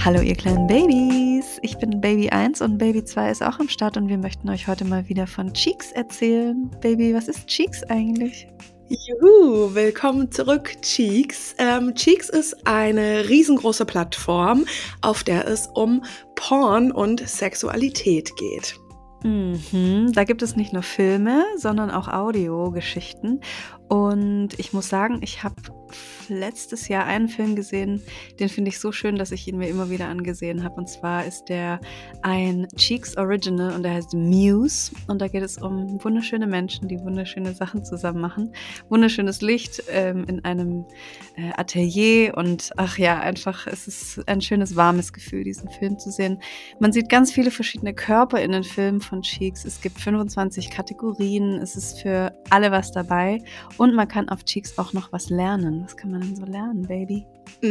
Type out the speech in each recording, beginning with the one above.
Hallo ihr kleinen Babys, ich bin Baby 1 und Baby 2 ist auch am Start und wir möchten euch heute mal wieder von Cheeks erzählen. Baby, was ist Cheeks eigentlich? Juhu, willkommen zurück, Cheeks. Cheeks ist eine riesengroße Plattform, auf der es um Porn und Sexualität geht. Da gibt es nicht nur Filme, sondern auch Audiogeschichten. Und ich muss sagen, ich habe letztes Jahr einen Film gesehen, den finde ich so schön, dass ich ihn mir immer wieder angesehen habe. Und zwar ist der ein Cheeks Original und der heißt Muse. Und da geht es um wunderschöne Menschen, die wunderschöne Sachen zusammen machen. Wunderschönes Licht in einem Atelier. Und ach ja, einfach, es ist ein schönes, warmes Gefühl, diesen Film zu sehen. Man sieht ganz viele verschiedene Körper in den Filmen von Cheeks. Es gibt 25 Kategorien. Es ist für alle was dabei. Und man kann auf Cheeks auch noch was lernen. Was kann man denn so lernen, Baby?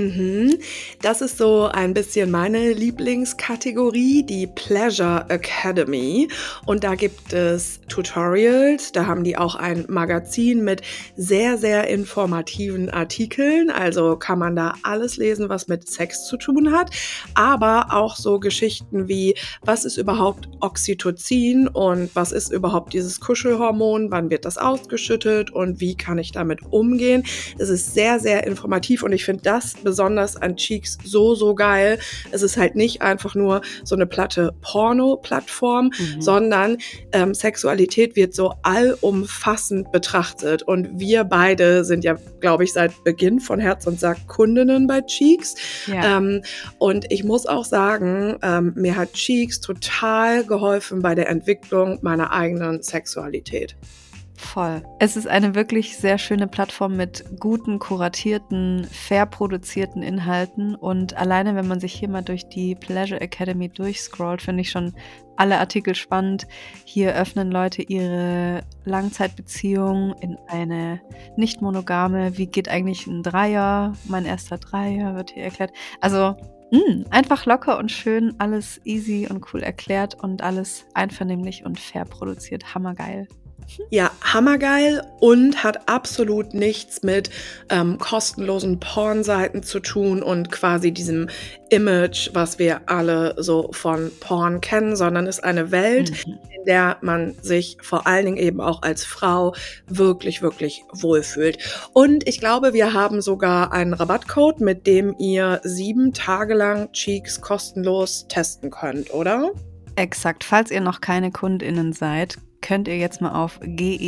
Das ist so ein bisschen meine Lieblingskategorie, die Pleasure Academy. Und da gibt es Tutorials, da haben die auch ein Magazin mit sehr, sehr informativen Artikeln. Also kann man da alles lesen, was mit Sex zu tun hat. Aber auch so Geschichten wie, was ist überhaupt Oxytocin und was ist überhaupt dieses Kuschelhormon, wann wird das ausgeschüttet und wie kann ich damit umgehen. Es ist sehr, sehr informativ und ich finde das besonders an Cheeks so geil. Es ist halt nicht einfach nur so eine platte Porno-Plattform, sondern Sexualität wird so allumfassend betrachtet. Und wir beide sind ja, glaube ich, seit Beginn von Herz und Sack Kundinnen bei Cheeks. Ja. Und ich muss auch sagen, mir hat Cheeks total geholfen bei der Entwicklung meiner eigenen Sexualität. Voll. Es ist eine wirklich sehr schöne Plattform mit guten, kuratierten, fair produzierten Inhalten. Und alleine, wenn man sich hier mal durch die Pleasure Academy durchscrollt, finde ich schon alle Artikel spannend. Hier öffnen Leute ihre Langzeitbeziehung in eine nicht monogame. Wie geht eigentlich ein Dreier? Mein erster Dreier wird hier erklärt. Also einfach locker und schön, alles easy und cool erklärt und alles einvernehmlich und fair produziert. Hammergeil. Ja, hammergeil und hat absolut nichts mit kostenlosen Pornseiten zu tun und quasi diesem Image, was wir alle so von Porn kennen, sondern ist eine Welt, in der man sich vor allen Dingen eben auch als Frau wirklich, wirklich wohlfühlt. Und ich glaube, wir haben sogar einen Rabattcode, mit dem ihr 7 Tage lang Cheeks kostenlos testen könnt, oder? Exakt. Falls ihr noch keine KundInnen seid, könnt ihr jetzt mal auf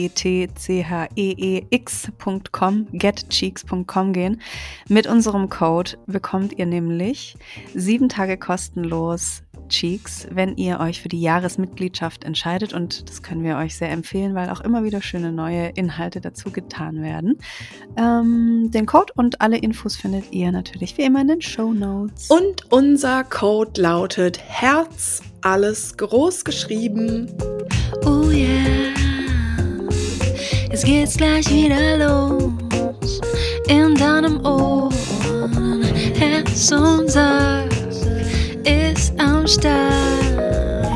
getcheeks.com gehen. Mit unserem Code bekommt ihr nämlich 7 Tage kostenlos Cheeks, wenn ihr euch für die Jahresmitgliedschaft entscheidet. Und das können wir euch sehr empfehlen, weil auch immer wieder schöne neue Inhalte dazu getan werden. Den Code und alle Infos findet ihr natürlich wie immer in den Shownotes. Und unser Code lautet Herz, alles groß geschrieben. Oh yeah, jetzt geht's gleich wieder los in deinem Ohr. Herz und Sack ist am Start.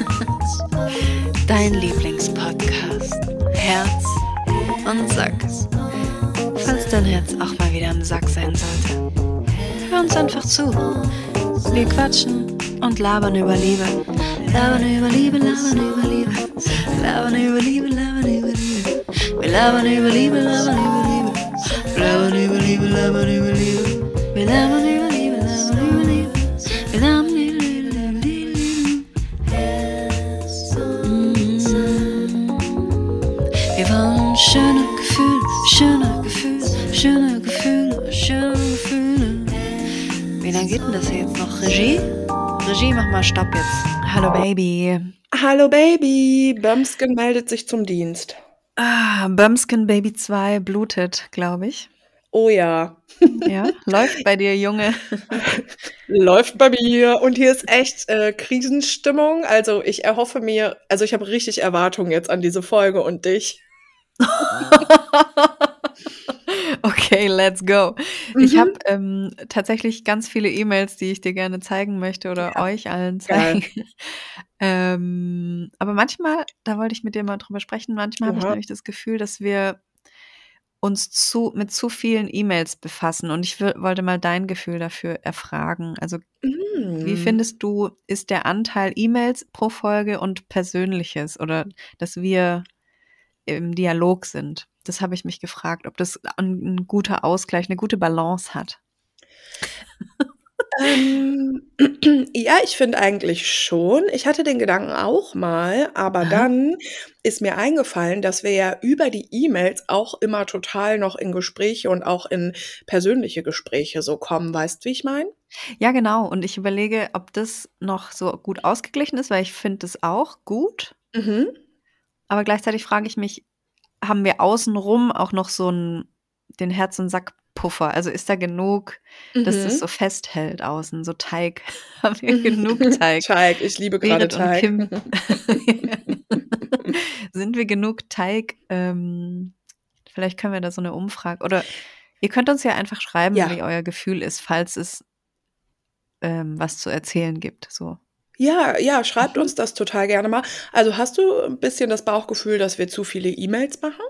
Dein Lieblingspodcast, Herz und Sack. Falls dein Herz auch mal wieder am Sack sein sollte, hör uns einfach zu. Wir quatschen und labern über Liebe. Labern über Liebe, labern über Liebe. Labern über Liebe, labern über Liebe. Wir labern über Liebe, labern über Liebe. Labern über Liebe, labern über Liebe. Wir labern über Liebe, labern über Liebe. Wir labern über Liebe, labern über Liebe. Wir wollen schöne Gefühle, schöne Gefühle, schöne Gefühle, schöne Gefühle. Wie lange geht denn das hier jetzt noch? Regie? Regie, mach mal Stopp jetzt. Hallo Baby. Hallo Baby, Bömsken meldet sich zum Dienst. Bömsken Baby 2 blutet, glaube ich. Oh ja. Ja, läuft bei dir, Junge. Läuft bei mir. Und hier ist echt Krisenstimmung. Also ich erhoffe mir, also ich habe richtig Erwartungen jetzt an diese Folge und dich. Okay, let's go. Ich habe tatsächlich ganz viele E-Mails, die ich dir gerne zeigen möchte oder euch allen zeigen. Aber manchmal, da wollte ich mit dir mal drüber sprechen, manchmal habe ich nämlich das Gefühl, dass wir uns mit zu vielen E-Mails befassen und ich wollte mal dein Gefühl dafür erfragen. Also Wie findest du, ist der Anteil E-Mails pro Folge und Persönliches oder dass wir im Dialog sind? Das habe ich mich gefragt, ob das ein guter Ausgleich, eine gute Balance hat. Ja, ich finde eigentlich schon. Ich hatte den Gedanken auch mal, aber Aha. dann ist mir eingefallen, dass wir ja über die E-Mails auch immer total noch in Gespräche und auch in persönliche Gespräche so kommen. Weißt, wie ich meine? Ja, genau. Und ich überlege, ob das noch so gut ausgeglichen ist, weil ich finde das auch gut. Mhm. Aber gleichzeitig frage ich mich, haben wir außenrum auch noch so den Herz- und Sackpuffer? Also ist da genug, dass das Mhm. so festhält außen, so Teig? Haben wir genug Teig? Teig, ich liebe gerade Berit und Teig. Kim. Sind wir genug Teig? Vielleicht können wir da so eine Umfrage. Oder ihr könnt uns ja einfach schreiben, Ja. wie euer Gefühl ist, falls es was zu erzählen gibt. So. Ja, schreibt uns das total gerne mal. Also hast du ein bisschen das Bauchgefühl, dass wir zu viele E-Mails machen?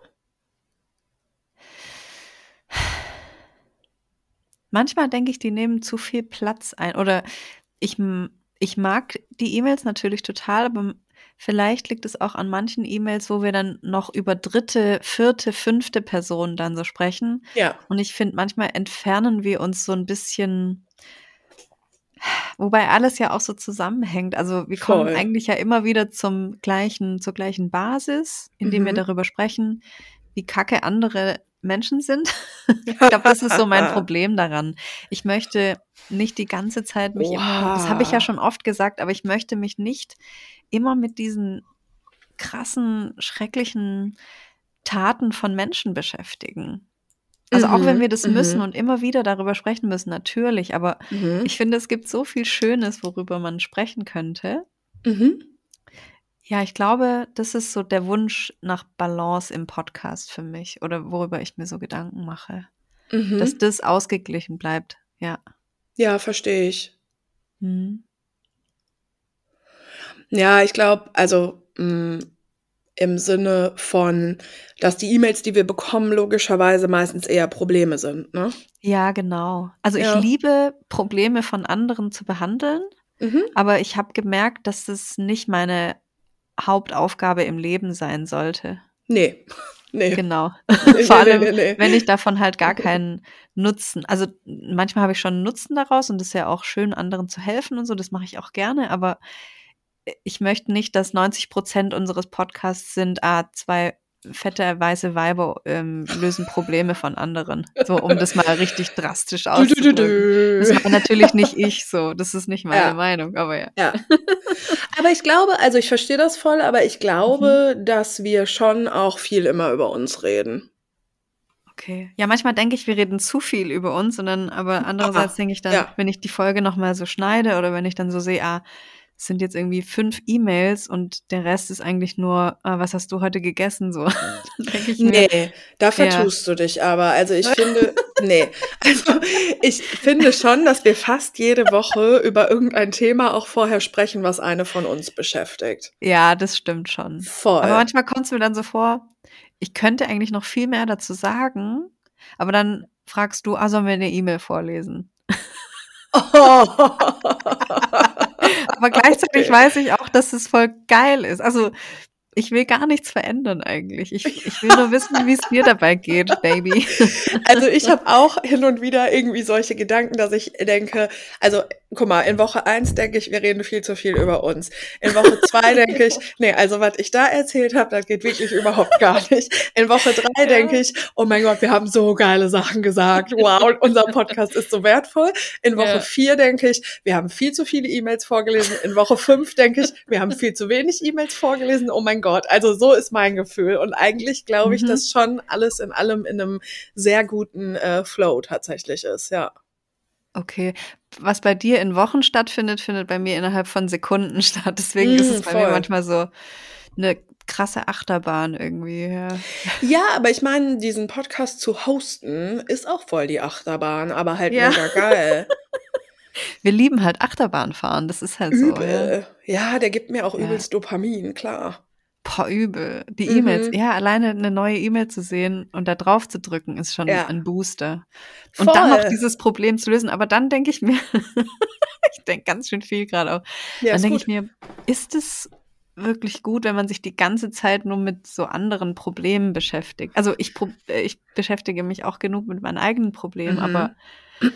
Manchmal denke ich, die nehmen zu viel Platz ein. Oder ich mag die E-Mails natürlich total, aber vielleicht liegt es auch an manchen E-Mails, wo wir dann noch über dritte, vierte, fünfte Personen dann so sprechen. Ja. Und ich finde, manchmal entfernen wir uns so ein bisschen, wobei alles ja auch so zusammenhängt. Also wir kommen Voll. eigentlich ja immer wieder zur gleichen Basis, indem wir Mhm. darüber sprechen, wie kacke andere Menschen sind. Ich glaube, das ist so mein Problem daran. Ich möchte nicht die ganze Zeit mich immer, das habe ich ja Oha. schon oft gesagt, aber ich möchte mich nicht immer mit diesen krassen, schrecklichen Taten von Menschen beschäftigen. Also auch wenn wir das müssen und immer wieder darüber sprechen müssen, natürlich, aber ich finde, es gibt so viel Schönes, worüber man sprechen könnte. Mhm. Ja, ich glaube, das ist so der Wunsch nach Balance im Podcast für mich oder worüber ich mir so Gedanken mache, dass Mhm. das ausgeglichen bleibt. Ja. Ja, verstehe ich. Mhm. Ja, ich glaube, also im Sinne von, dass die E-Mails, die wir bekommen, logischerweise meistens eher Probleme sind, ne? Ja, genau. Also ich Ja. liebe Probleme von anderen zu behandeln, Mhm. aber ich habe gemerkt, dass es nicht meine Hauptaufgabe im Leben sein sollte. Nee. Nee. Genau. Nee, Vor nee, allem, nee, nee. wenn ich davon halt gar keinen Nutzen, also manchmal habe ich schon 'n Nutzen daraus und das ist ja auch schön, anderen zu helfen und so, das mache ich auch gerne, aber ich möchte nicht, dass 90% unseres Podcasts sind, 2 fette weiße Weiber, lösen Probleme von anderen. So, um das mal richtig drastisch Du, du, du, auszudrücken. Das du. war natürlich nicht ich so, das ist nicht meine Ja. Meinung, aber ja. Ja. Aber ich glaube, also ich verstehe das voll, aber ich Mhm. glaube, dass wir schon auch viel immer über uns reden. Okay. Ja, manchmal denke ich, wir reden zu viel über uns und dann aber andererseits denke ich dann, Ja. wenn ich die Folge noch mal so schneide oder wenn ich dann so sehe, es sind jetzt irgendwie 5 E-Mails und der Rest ist eigentlich nur: was hast du heute gegessen?" So. Dann denke ich mir, Nee, da ja. vertust du dich aber. Also ich finde, nee. Also ich finde schon, dass wir fast jede Woche über irgendein Thema auch vorher sprechen, was eine von uns beschäftigt. Ja, das stimmt schon. Aber Voll. manchmal kommt's mir dann so vor, ich könnte eigentlich noch viel mehr dazu sagen, aber dann fragst du: sollen wir 'ne E-Mail vorlesen?" Aber gleichzeitig Okay. weiß ich auch, dass es voll geil ist. Also, ich will gar nichts verändern eigentlich. Ich will nur wissen, wie es dir dabei geht, Baby. Also ich habe auch hin und wieder irgendwie solche Gedanken, dass ich denke, also guck mal, in Woche 1 denke ich, wir reden viel zu viel über uns. In Woche 2 denke ich, nee, also was ich da erzählt habe, das geht wirklich überhaupt gar nicht. In Woche 3 denke ich, oh mein Gott, wir haben so geile Sachen gesagt. Wow, unser Podcast ist so wertvoll. In Woche 4 denke ich, wir haben viel zu viele E-Mails vorgelesen. In Woche 5 denke ich, wir haben viel zu wenig E-Mails vorgelesen. Oh mein Gott, also so ist mein Gefühl. Und eigentlich glaube ich, dass schon alles in allem in einem sehr guten Flow tatsächlich ist, ja. Okay. Was bei dir in Wochen stattfindet, findet bei mir innerhalb von Sekunden statt. Deswegen ist es bei mir Voll. manchmal so eine krasse Achterbahn irgendwie, ja. Ja, aber ich meine, diesen Podcast zu hosten ist auch voll die Achterbahn, aber halt Ja. mega geil. Wir lieben halt Achterbahnfahren, das ist halt so, ja. Übel. Ja, der gibt mir auch Ja. übelst Dopamin, klar. Boah, übel. Die E-Mails, Mhm. ja, alleine eine neue E-Mail zu sehen und da drauf zu drücken, ist schon Ja, ein Booster. Und dann noch voll. dieses Problem zu lösen. Aber dann denke ich mir ich denke ganz schön viel gerade auch. Ja, Dann ist denke ich gut. mir, ist es wirklich gut, wenn man sich die ganze Zeit nur mit so anderen Problemen beschäftigt? Also, ich beschäftige mich auch genug mit meinen eigenen Problemen, aber Mhm.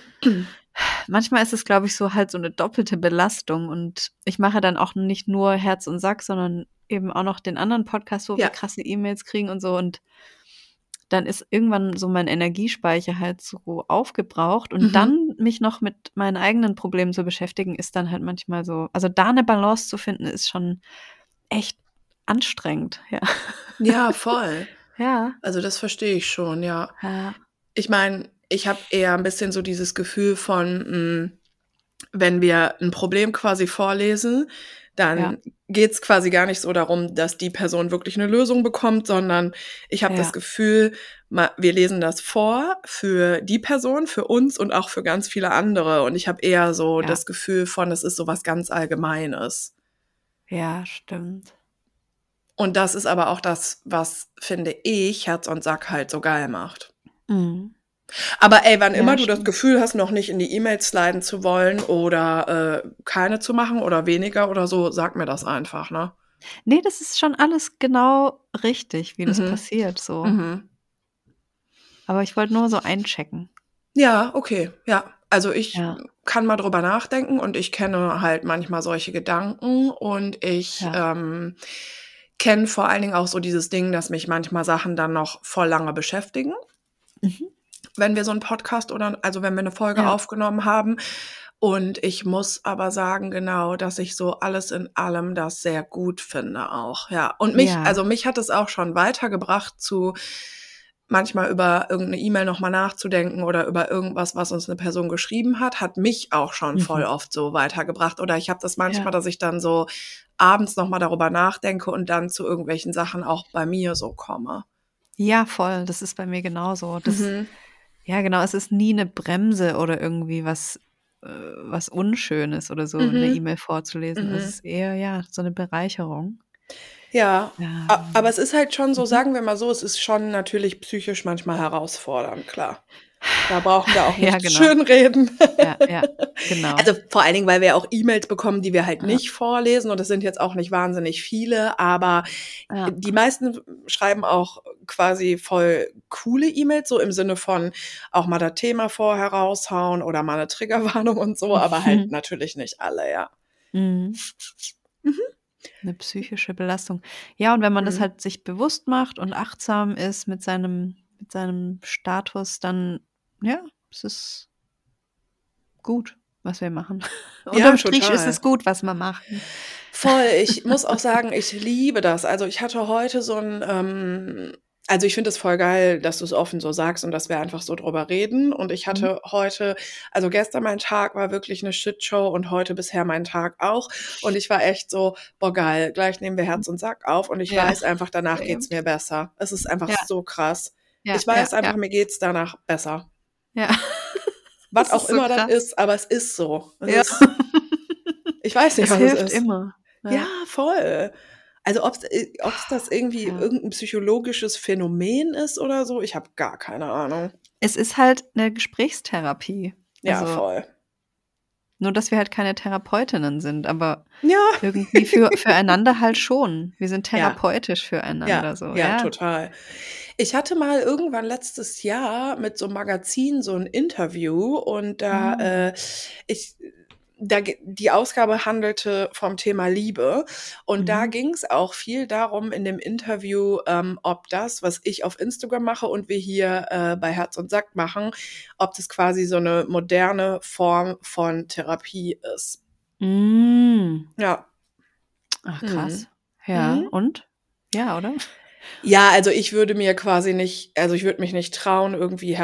manchmal ist es, glaube ich, so halt so eine doppelte Belastung und ich mache dann auch nicht nur Herz und Sack, sondern eben auch noch den anderen Podcast, wo wir Ja. krasse E-Mails kriegen und so und dann ist irgendwann so mein Energiespeicher halt so aufgebraucht und Mhm. dann mich noch mit meinen eigenen Problemen zu beschäftigen, ist dann halt manchmal so, also da eine Balance zu finden, ist schon echt anstrengend, ja. Ja, voll. Ja, Also, das verstehe ich schon, ja. ja, Ich meine, ich habe eher ein bisschen so dieses Gefühl von, wenn wir ein Problem quasi vorlesen, ja, dann geht's quasi gar nicht so darum, dass die Person wirklich eine Lösung bekommt, sondern ich habe das ja, Gefühl, wir lesen das vor für die Person, für uns und auch für ganz viele andere. Und ich habe eher so ja, das Gefühl von, es ist so was ganz Allgemeines. ja, stimmt. Und das ist aber auch das, was, finde ich, Herz und Sack halt so geil macht. Mhm. Aber ey, wann immer Ja, du das stimmt. Gefühl hast, noch nicht in die E-Mails sliden zu wollen oder keine zu machen oder weniger oder so, sag mir das einfach, ne? Ne, das ist schon alles genau richtig, wie das Mhm. passiert so. Mhm. Aber ich wollte nur so einchecken. Ja, okay, ja. Also ich Ja, kann mal drüber nachdenken und ich kenne halt manchmal solche Gedanken und ich ja. kenne vor allen Dingen auch so dieses Ding, dass mich manchmal Sachen dann noch voll lange beschäftigen, Mhm. wenn wir so 'n Podcast oder also, wenn wir 'ne Folge Ja. aufgenommen haben. Und ich muss aber sagen, genau, dass ich so alles in allem das sehr gut finde auch, ja. Und Ja. mich hat es auch schon weitergebracht zu manchmal über irgend 'ne E-Mail noch mal nachzudenken oder über irgendwas, was uns 'ne Person geschrieben hat mich auch schon voll Mhm. oft so weitergebracht. Oder ich habe das Ja. manchmal, dass ich dann so abends noch mal darüber nachdenke und dann zu irgendwelchen Sachen auch bei mir so komme. Ja, voll, das ist bei mir genauso. Das Mhm. Ja, genau, es ist nie 'ne Bremse oder irgendwie was Unschönes oder so, 'ne Mhm. E-Mail vorzulesen. Es Mhm. ist eher, ja, so 'ne Bereicherung. Ja, aber Ähm, es ist halt schon so, mhm. sagen wir mal so, es ist schon natürlich psychisch manchmal herausfordernd, klar. Da brauchen wir auch Ja, nicht genau. schönreden. Ja, ja, genau. Also, vor allen Dingen, weil wir auch E-Mails bekommen, die wir halt Ja, nicht vorlesen und das sind jetzt auch nicht wahnsinnig viele, aber ja. die meisten schreiben auch quasi voll coole E-Mails, so im Sinne von auch mal das Thema vorher raushauen oder mal 'ne Triggerwarnung und so, aber halt natürlich nicht alle, ja. Mhm. Mhm. 'Ne psychische Belastung. Ja, und wenn man das Mhm. halt sich bewusst macht und achtsam ist mit seinem Status, dann ja, es ist gut, was wir machen. Ja, Unterm Strich ist total. es gut, was wir machen. Voll, ich muss auch sagen, ich liebe das. Also, ich hatte heute so 'n, also, ich finde es voll geil, dass du's offen so sagst und dass wir einfach so drüber reden. Und ich Mhm. hatte heute also, gestern mein Tag war wirklich 'ne Shitshow und heute bisher mein Tag auch. Und ich war echt so: „Boah, geil, gleich nehmen wir Herz und Sack auf." Und ich Ja, weiß einfach, danach same. geht's mir besser. Es ist einfach Ja, so krass. ja, Ich ja, weiß ja, einfach, mir geht's danach besser. ja. Was Das auch ist so immer das krass. ist, aber es ist so. Es Ja. ist ich weiß nicht, Es was es hilft ist. immer. Ja, Ja, voll. Also, ob's das irgendwie ja. irgend 'n psychologisches Phänomen ist oder so, ich habe gar keine Ahnung. Es ist halt 'ne Gesprächstherapie. Ja, Also, voll. nur dass wir halt keine Therapeutinnen sind, aber Ja. irgendwie füreinander halt schon. Wir sind Ja, therapeutisch ja, füreinander so, ja, ja. total. Ich hatte mal irgendwann letztes Jahr mit so 'm Magazin so 'n Interview und Mhm. ich die Ausgabe handelte vom Thema Liebe und da Mhm. ging's auch viel darum in dem Interview, ob das, was ich auf Instagram mache und wir hier, bei Herz und Sack machen, ob das quasi so 'ne moderne Form von Therapie ist. Hm. Ja. Ach krass. Mhm. Ja, Mhm. und? Ja, oder? Ja, also ich würde mich nicht trauen, irgendwie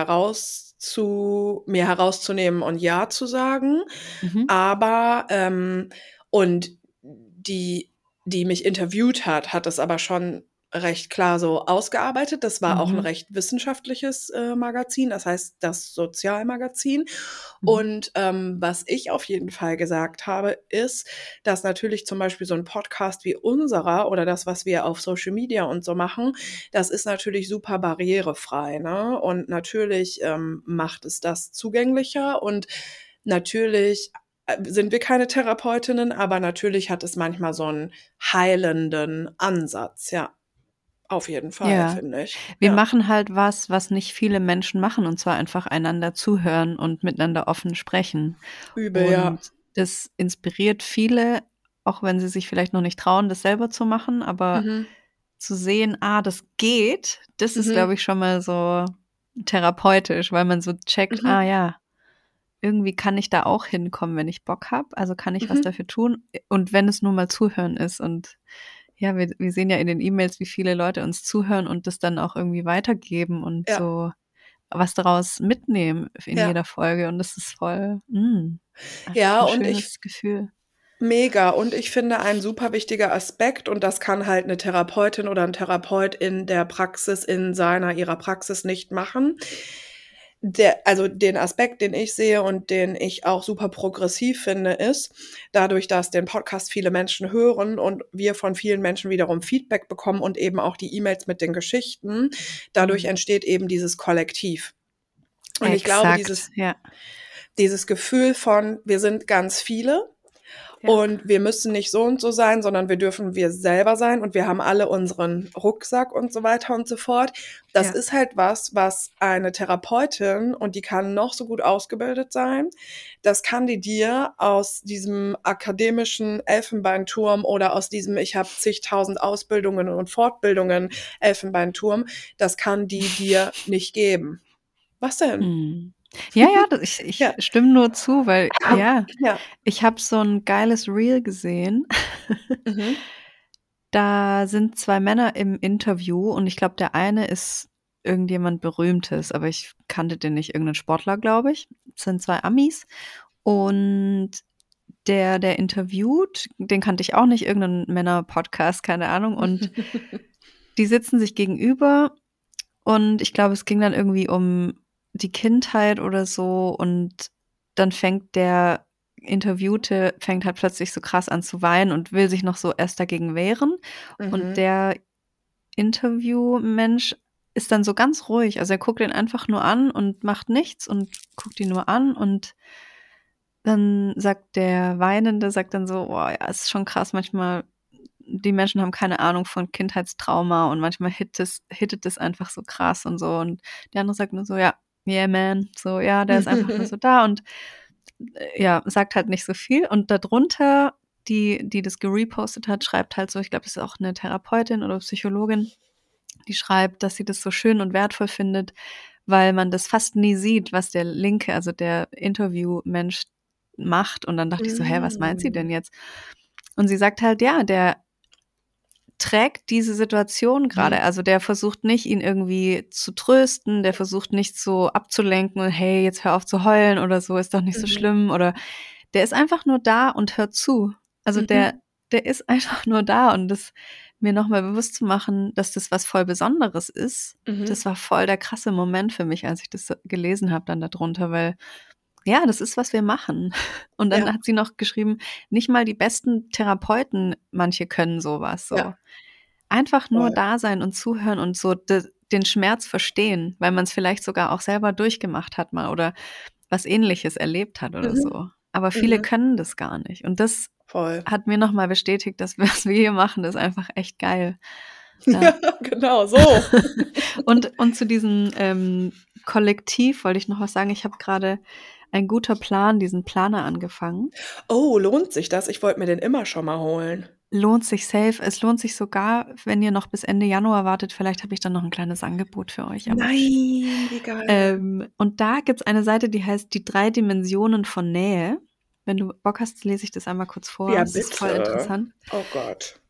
mir herauszunehmen und ja zu sagen. Mhm. Aber, und die mich interviewt hat, hat es aber schon recht klar so ausgearbeitet. Das war auch ein Mhm. recht wissenschaftliches Magazin, das heißt das Sozialmagazin. Mhm. Und was ich auf jeden Fall gesagt habe, ist, dass natürlich zum Beispiel so ein Podcast wie unserer oder das, was wir auf Social Media und so machen, das ist natürlich super barrierefrei, ne? Und natürlich macht es das zugänglicher und natürlich sind wir keine Therapeutinnen, aber natürlich hat es manchmal so einen heilenden Ansatz, ja. Auf jeden Fall, Ja. finde ich. Wir Ja, machen halt was, was nicht viele Menschen machen, und zwar einfach einander zuhören und miteinander offen sprechen. übel, ja. Und das inspiriert viele, auch wenn sie sich vielleicht noch nicht trauen, das selber zu machen, aber Mhm, zu sehen, das geht, das ist, mhm, glaube ich, schon mal so therapeutisch, weil man so checkt, mhm, ja, irgendwie kann ich da auch hinkommen, wenn ich Bock habe, also kann ich was mhm. dafür tun, und wenn es nur mal zuhören ist. Und ja, wir sehen ja in den E-Mails, wie viele Leute uns zuhören und das dann auch irgendwie weitergeben und Ja, so was daraus mitnehmen in ja. jeder Folge, und das ist voll einfach Ja, 'n und ich schönes Gefühl. mega. Und ich finde, ein super wichtiger Aspekt, und das kann halt eine Therapeutin oder ein Therapeut in der Praxis in ihrer Praxis nicht machen. Also, den Aspekt, den ich sehe und den ich auch super progressiv finde, ist, dadurch, dass den Podcast viele Menschen hören und wir von vielen Menschen wiederum Feedback bekommen und eben auch die E-Mails mit den Geschichten, dadurch Mhm. entsteht eben dieses Kollektiv. Und ich glaube, Exakt, ja. dieses Gefühl von: Wir sind ganz viele Ja. und wir müssen nicht so und so sein, sondern wir dürfen wir selber sein und wir haben alle unseren Rucksack und so weiter und so fort. Das Ja. ist halt was, was eine Therapeutin, und die kann noch so gut ausgebildet sein, das kann die dir aus diesem akademischen Elfenbeinturm oder aus diesem „Ich habe zigtausend Ausbildungen und Fortbildungen" Elfenbeinturm, das kann die dir nicht geben. Was denn? Mhm. Ja, ja, d ich Ja. stimme nur zu, weil ja, Ja. ich habe so 'n geiles Reel gesehen. Mhm. Da sind 2 Männer im Interview und ich glaube, der eine ist irgendjemand Berühmtes, aber ich kannte den nicht, irgend 'nen Sportler, glaube ich. Das sind 2 Amis, und der interviewt, den kannte ich auch nicht, irgend 'nen Männer-Podcast, keine Ahnung, und die sitzen sich gegenüber, und ich glaube, es ging dann irgendwie um die Kindheit oder so, und dann fängt der Interviewte halt plötzlich so krass an zu weinen und will sich noch so erst dagegen wehren, und Mhm. der Interviewmensch ist dann so ganz ruhig. Also, er guckt ihn einfach nur an und macht nichts und guckt ihn nur an, und dann sagt der Weinende dann so: „Boah, ja, es ist schon krass, manchmal die Menschen haben keine Ahnung von Kindheitstrauma und manchmal hittet es einfach so krass und so.“ Und der andere sagt nur so: „Ja, yeah, man.“ So, ja, der ist einfach nur so da und, ja, sagt halt nicht so viel. Und darunter, die das gerepostet hat, schreibt halt so, ich glaube, das ist auch 'ne Therapeutin oder Psychologin, die schreibt, dass sie das so schön und wertvoll findet, weil man das fast nie sieht, was der Linke, also der Interviewmensch, macht. Und dann dachte ich so: „Hä, was meint sie Hm. denn jetzt?“ Und sie sagt halt, ja, der trägt diese Situation grade. Mhm. Also, der versucht nicht, ihn irgendwie zu trösten, der versucht nicht so abzulenken und: „Hey, jetzt hör auf zu heulen“ oder so, „ist doch nicht so Mhm. schlimm“, oder der ist einfach nur da und hört zu. Also, Mhm. der ist einfach nur da, und das mir noch mal bewusst zu machen, dass das was voll Besonderes ist, Mhm. das war voll der krasse Moment für mich, als ich das so gelesen habe dann da drunter, weil ja, das ist, was wir machen. Und dann Ja, hat sie noch geschrieben, nicht mal die besten Therapeuten, manche können so was, so. ja, Einfach nur voll. da sein und zuhören und so den Schmerz verstehen, weil man's vielleicht sogar auch selber durchgemacht hat mal oder was Ähnliches erlebt hat oder Mhm. so. Aber viele Mhm. können das gar nicht. Und das Voll. hat mir noch mal bestätigt, dass was wir hier machen, ist einfach echt geil. Ja, Ja. genau so. Und zu diesem, Kollektiv wollte ich noch was sagen. Ich habe grade „Ein guter Plan“, diesen Planer angefangen. Oh, lohnt sich das? Ich wollte mir den immer schon mal holen. Lohnt sich safe. Es lohnt sich sogar, wenn ihr noch bis Ende Januar wartet. Vielleicht habe ich dann noch 'n kleines Angebot für euch, aber pst. Nein, wie geil. Und da gibt's eine Seite, die heißt „Die 3 Dimensionen von Nähe“. Wenn du Bock hast, lese ich das einmal kurz vor. Ja, Es ist voll bitte. interessant. Oh Gott.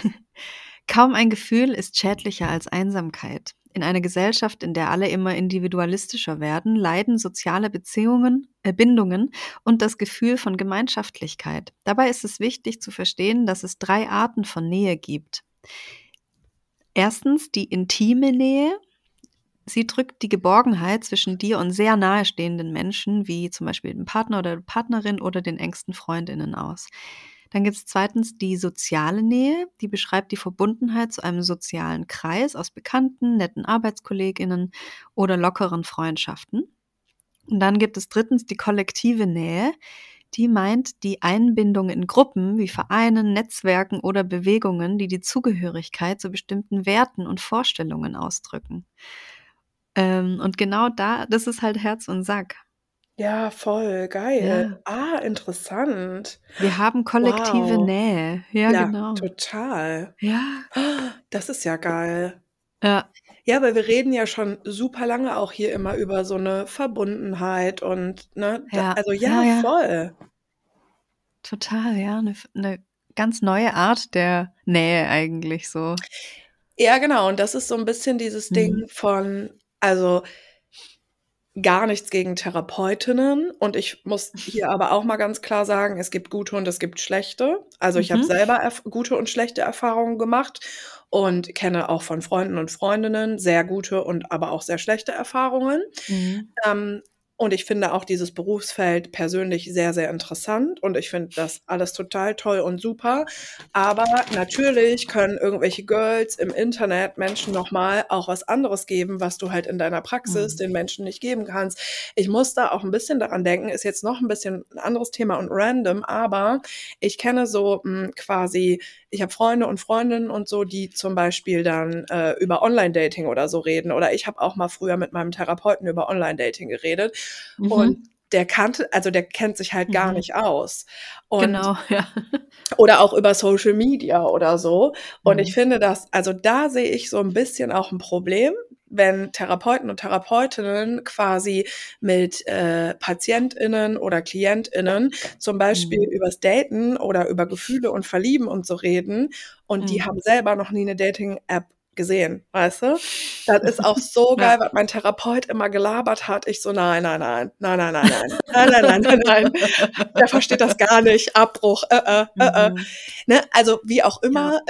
Kaum ein Gefühl ist schädlicher als Einsamkeit. In einer Gesellschaft, in der alle immer individualistischer werden, leiden soziale Bindungen und das Gefühl von Gemeinschaftlichkeit. Dabei ist es wichtig zu verstehen, dass es 3 Arten von Nähe gibt. Erstens die intime Nähe. Sie drückt die Geborgenheit zwischen dir und sehr nahestehenden Menschen, wie zum Beispiel dem Partner oder der Partnerin oder den engsten Freundinnen aus. Dann gibt es zweitens die soziale Nähe, die beschreibt die Verbundenheit zu einem sozialen Kreis aus Bekannten, netten ArbeitskollegInnen oder lockeren Freundschaften. Und dann gibt es drittens die kollektive Nähe, die meint die Einbindung in Gruppen wie Vereinen, Netzwerken oder Bewegungen, die die Zugehörigkeit zu bestimmten Werten und Vorstellungen ausdrücken. Und genau das ist halt Herz und Sack. Ja, voll, geil. Ja. Ah, interessant. Wir haben kollektive Wow. Nähe. Ja, Ja, genau. total. Ja. Das ist ja geil. Ja. Ja, weil wir reden ja schon super lange auch hier immer über so eine Verbundenheit und, ne, Ja. also Ja, ja, ja. voll. Total, ja. Eine ganz neue Art der Nähe eigentlich so. Ja, genau. Und das ist so ein bisschen dieses Ding von, also gar nichts gegen Therapeutinnen, und ich muss hier aber auch mal ganz klar sagen, es gibt gute und es gibt schlechte. Also, ich habe selber gute und schlechte Erfahrungen gemacht und kenne auch von Freunden und Freundinnen sehr gute und aber auch sehr schlechte Erfahrungen. Mhm. Und ich finde auch dieses Berufsfeld persönlich sehr, sehr interessant und ich finde das alles total toll und super. Aber natürlich können irgendwelche Girls im Internet Menschen noch mal auch was anderes geben, was du halt in deiner Praxis den Menschen nicht geben kannst. Ich muss da auch ein bisschen daran denken, ist jetzt noch ein bisschen ein anderes Thema und random, aber ich kenne so quasi, ich habe Freunde und Freundinnen und so, die zum Beispiel dann über Online-Dating oder so reden. Oder ich habe auch mal früher mit meinem Therapeuten über Online-Dating geredet. Und der kennt sich halt gar nicht aus. Und Genau, ja. oder auch über Social Media oder so. Und ich finde also da sehe ich so ein bisschen auch ein Problem, wenn Therapeuten und Therapeutinnen quasi mit PatientInnen oder KlientInnen zum Beispiel übers Daten oder über Gefühle und Verlieben und so reden und die haben selber noch nie eine Dating-App gesehen, weißt du? Das ist auch so geil, was mein Therapeut immer gelabert hat. Ich so: „Nein, nein, nein, nein, nein, nein, nein, nein, nein, nein, nein, nein. Der versteht das gar nicht. Abbruch, Ne? Also, wie auch immer,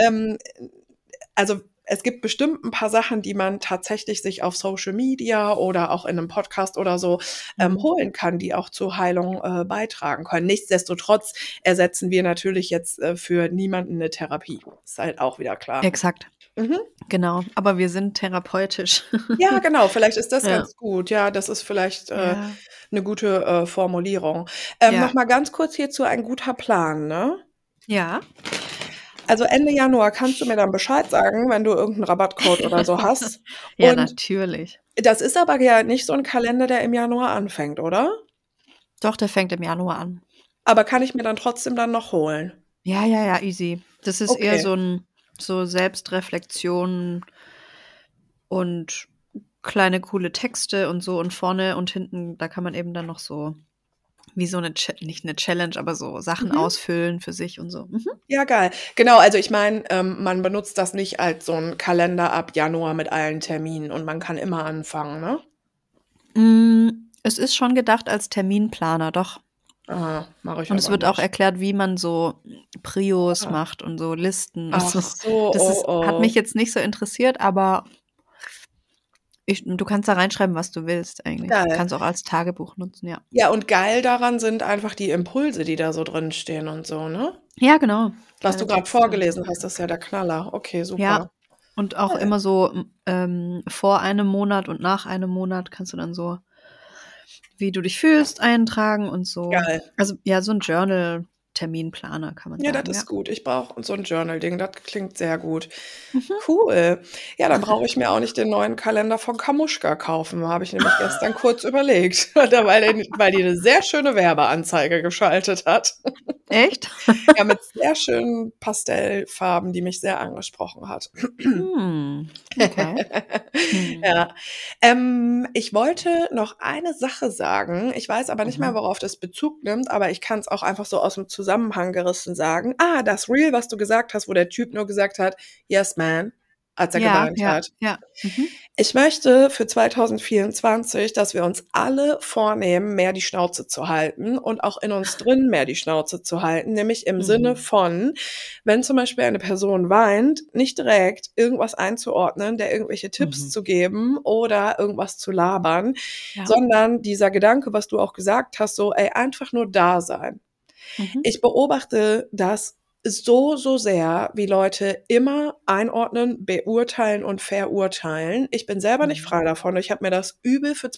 also, es gibt bestimmt ein paar Sachen, die man tatsächlich sich auf Social Media oder auch in einem Podcast oder so, holen kann, die auch zur Heilung, beitragen können. Nichtsdestotrotz ersetzen wir natürlich jetzt, für niemanden eine Therapie. Ist halt auch wieder klar. Exakt. Genau, aber wir sind therapeutisch. Ja, genau, vielleicht ist das Ja. ganz gut. Ja, das ist vielleicht, Ja. 'ne gute, Formulierung. Ja. Noch mal ganz kurz hierzu ein guter Plan, ne? Ja. Also, Ende Januar kannst du mir dann Bescheid sagen, wenn du irgend 'n Rabattcode oder so hast. Ja, Und natürlich. das ist aber ja nicht so 'n Kalender, der im Januar anfängt, oder? Doch, der fängt im Januar an. Aber kann ich mir dann trotzdem dann noch holen? Ja, ja, ja, easy. Das ist eher Okay. so Selbstreflexion und kleine coole Texte und so und vorne und hinten, da kann man eben dann noch so wie so 'ne nicht 'ne Challenge, aber so Sachen Mhm. ausfüllen für sich und so. Ja, geil. Genau, also ich meine, man benutzt das nicht als so 'n Kalender ab Januar mit allen Terminen und man kann immer anfangen, ne? Es ist schon gedacht als Terminplaner, doch. Ah, mache ich Und es aber wird auch nicht. erklärt, wie man so Prios Ah. macht und so Listen und Ach so. so, Das oh, hat mich oh. jetzt nicht so interessiert, aber du kannst da reinschreiben, was du willst eigentlich. Geil. Kannst auch als Tagebuch nutzen, ja. Ja, und geil daran sind einfach die Impulse, die da so drinstehen und so, ne? Ja, genau. Was du Kleine grad Texte und so. vorgelesen hast, ist ja der Knaller. Okay, Ja, super. und auch Geil. immer so, vor einem Monat und nach einem Monat kannst du dann so, wie du dich fühlst, eintragen und so. Geil. Also, ja, so 'n Journal-Terminplaner kann man Ja, das sagen, ja. ist gut. Ich brauche so 'n Journal-Ding, das klingt sehr gut. Cool. Ja, dann brauche ich mir auch nicht den neuen Kalender von Kamuschka kaufen. Habe ich nämlich gestern kurz überlegt, da weil die 'ne sehr schöne Werbeanzeige geschaltet hat. Echt? Ja, mit sehr schönen Pastellfarben, die mich sehr angesprochen hat. Okay. Ja. Ich wollte noch eine Sache sagen. Ich weiß aber nicht mehr, worauf das Bezug nimmt, aber ich kann's auch einfach so aus'm Zusammenhang gerissen sagen. Ah, das Reel, was du gesagt hast, wo der Typ nur gesagt hat: „Yes, man. als er Ja, geweint ja, hat. ja. Mhm. Ich möchte für 2024, dass wir uns alle vornehmen, mehr die Schnauze zu halten und auch in uns drin mehr die Schnauze zu halten, nämlich im Sinne von, wenn zum Beispiel eine Person weint, nicht direkt irgendwas einzuordnen, der irgendwelche Tipps zu geben oder irgendwas zu labern, Ja. sondern dieser Gedanke, was du auch gesagt hast, so, ey, einfach nur da sein. Mhm. Ich beobachte das so sehr, wie Leute immer einordnen, beurteilen und verurteilen. Ich bin selber nicht frei davon. Ich habe mir das übel für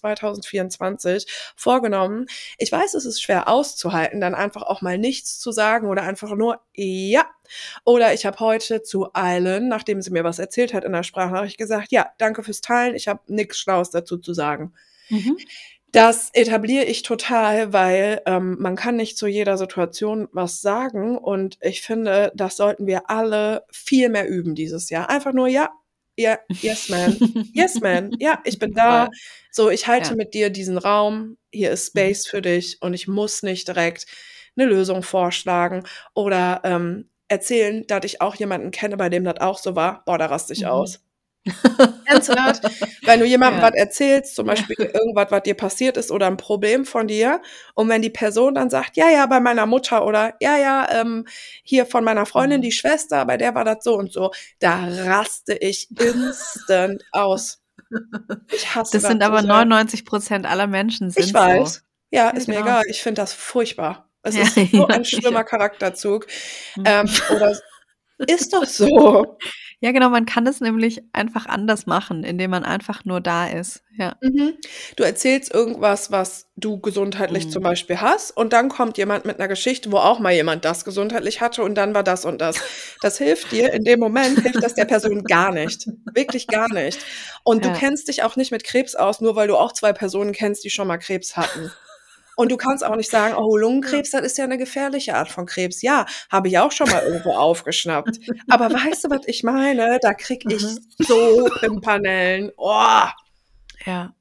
2024 vorgenommen. Ich weiß, es ist schwer auszuhalten, dann einfach auch mal nichts zu sagen oder einfach nur ja. Oder ich habe heute zu Eilen, nachdem sie mir was erzählt hat in der Sprachnachricht, gesagt, ja, danke fürs Teilen, ich habe nichts Schlaues dazu zu sagen. Mhm. Das etabliere ich total, weil man kann nicht zu jeder Situation was sagen und ich finde, das sollten wir alle viel mehr üben dieses Jahr. Einfach nur, ja, ja, yes, man. Yes, man. Ja, ich bin da. Voll. So, ich halte Ja. mit dir diesen Raum. Hier ist Space für dich und ich muss nicht direkt eine Lösung vorschlagen oder erzählen, dass ich auch jemanden kenne, bei dem das auch so war. Boah, da raste ich aus. Kennst du das? Wenn du jemandem Ja. was erzählst, zum Beispiel irgendwas, was dir passiert ist oder ein Problem von dir, und wenn die Person dann sagt, ja, ja, bei meiner Mutter oder ja, ja, hier von meiner Freundin, die Schwester, bei der war das so und so, da raste ich instant aus. Ich hasse Das das sind so aber sehr. 99% aller Menschen Ich sind so. weiß. Ja, Ja, ist mir genau. egal. Ich finde das furchtbar. Es Ja, ist so ein ja, schlimmer Charakterzug. Mhm. Oder ist doch so. Ja, genau, man kann es nämlich einfach anders machen, indem man einfach nur da ist. Ja. Mhm. Du erzählst irgendwas, was du gesundheitlich zum Beispiel hast, und dann kommt jemand mit einer Geschichte, wo auch mal jemand das gesundheitlich hatte und dann war das und das. Das hilft dir in dem Moment, hilft das der Person gar nicht. Wirklich gar nicht. Und du Ja. kennst dich auch nicht mit Krebs aus, nur weil du auch 2 Personen kennst, die schon mal Krebs hatten. Und du kannst auch nicht sagen: „Oh, Lungenkrebs, das ist ja 'ne gefährliche Art von Krebs.“ Ja, habe ich auch schon mal irgendwo aufgeschnappt. Aber weißt du, was ich meine? Da kriege ich so Pimpanellen. Oh. Ja.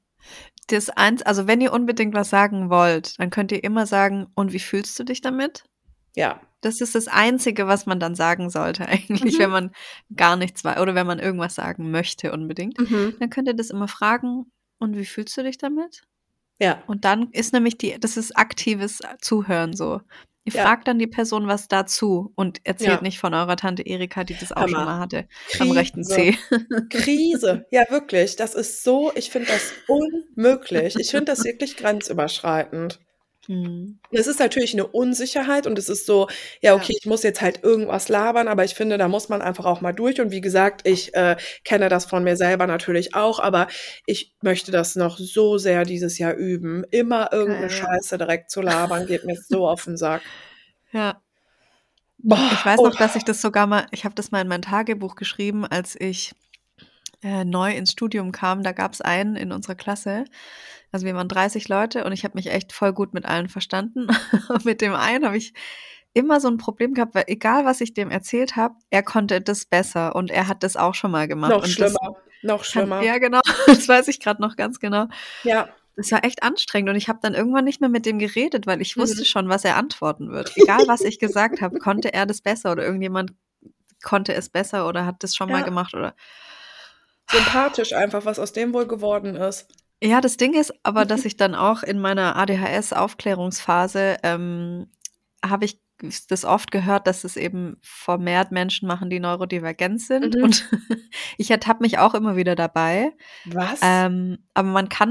Also wenn ihr unbedingt was sagen wollt, dann könnt ihr immer sagen: „Und wie fühlst du dich damit?“ Ja. Das ist das Einzige, was man dann sagen sollte eigentlich, wenn Mhm. man gar nichts oder wenn man irgendwas sagen möchte unbedingt. Mhm. Dann könnt ihr das immer fragen: „Und wie fühlst du dich damit?“ Ja. Und dann ist nämlich das ist aktives Zuhören so. Ihr Ja. fragt dann die Person was dazu und erzählt Ja. nicht von eurer Tante Erika, die das auch Hör schon mal. mal hatte am rechten Krise. Zeh. Krise. Ja, wirklich. Das ist so, ich finde das unmöglich. Ich finde das wirklich grenzüberschreitend. Mhm. Es ist natürlich 'ne Unsicherheit und es ist so: „Ja, Ja. okay, ich muss jetzt halt irgendwas labern“, aber ich finde, da muss man einfach auch mal durch, und wie gesagt, ich kenne das von mir selber natürlich auch, aber ich möchte das noch so sehr dieses Jahr üben. Immer irgend 'ne Geil, ja. Scheiße direkt zu labern, geht mir so auf 'n Sack. Ja. Ich Boah, weiß noch, und dass ich habe das mal in mein Tagebuch geschrieben, als ich neu ins Studium kam. Da gab's einen in unserer Klasse. Also, wir waren 30 Leute und ich habe mich echt voll gut mit allen verstanden. Und mit dem einen habe ich immer so 'n Problem gehabt, weil egal, was ich dem erzählt habe, er konnte das besser und er hat das auch schon mal gemacht. noch Und das schlimmer, noch kann schlimmer. ja, genau, das weiß ich grad noch ganz genau. Ja. Das war echt anstrengend und ich habe dann irgendwann nicht mehr mit dem geredet, weil ich wusste Mhm. schon, was er antworten wird. Egal, was ich gesagt habe, konnte er das besser oder irgendjemand konnte es besser oder hat das schon mal Ja, gemacht oder sympathisch einfach, was aus dem wohl geworden ist. ja, das Ding ist aber, dass ich dann auch in meiner ADHS-Aufklärungsphase, habe ich das oft gehört, dass es eben vermehrt Menschen machen, die neurodivergent sind Mhm. und ich ertappe mich auch immer wieder dabei. Was? Aber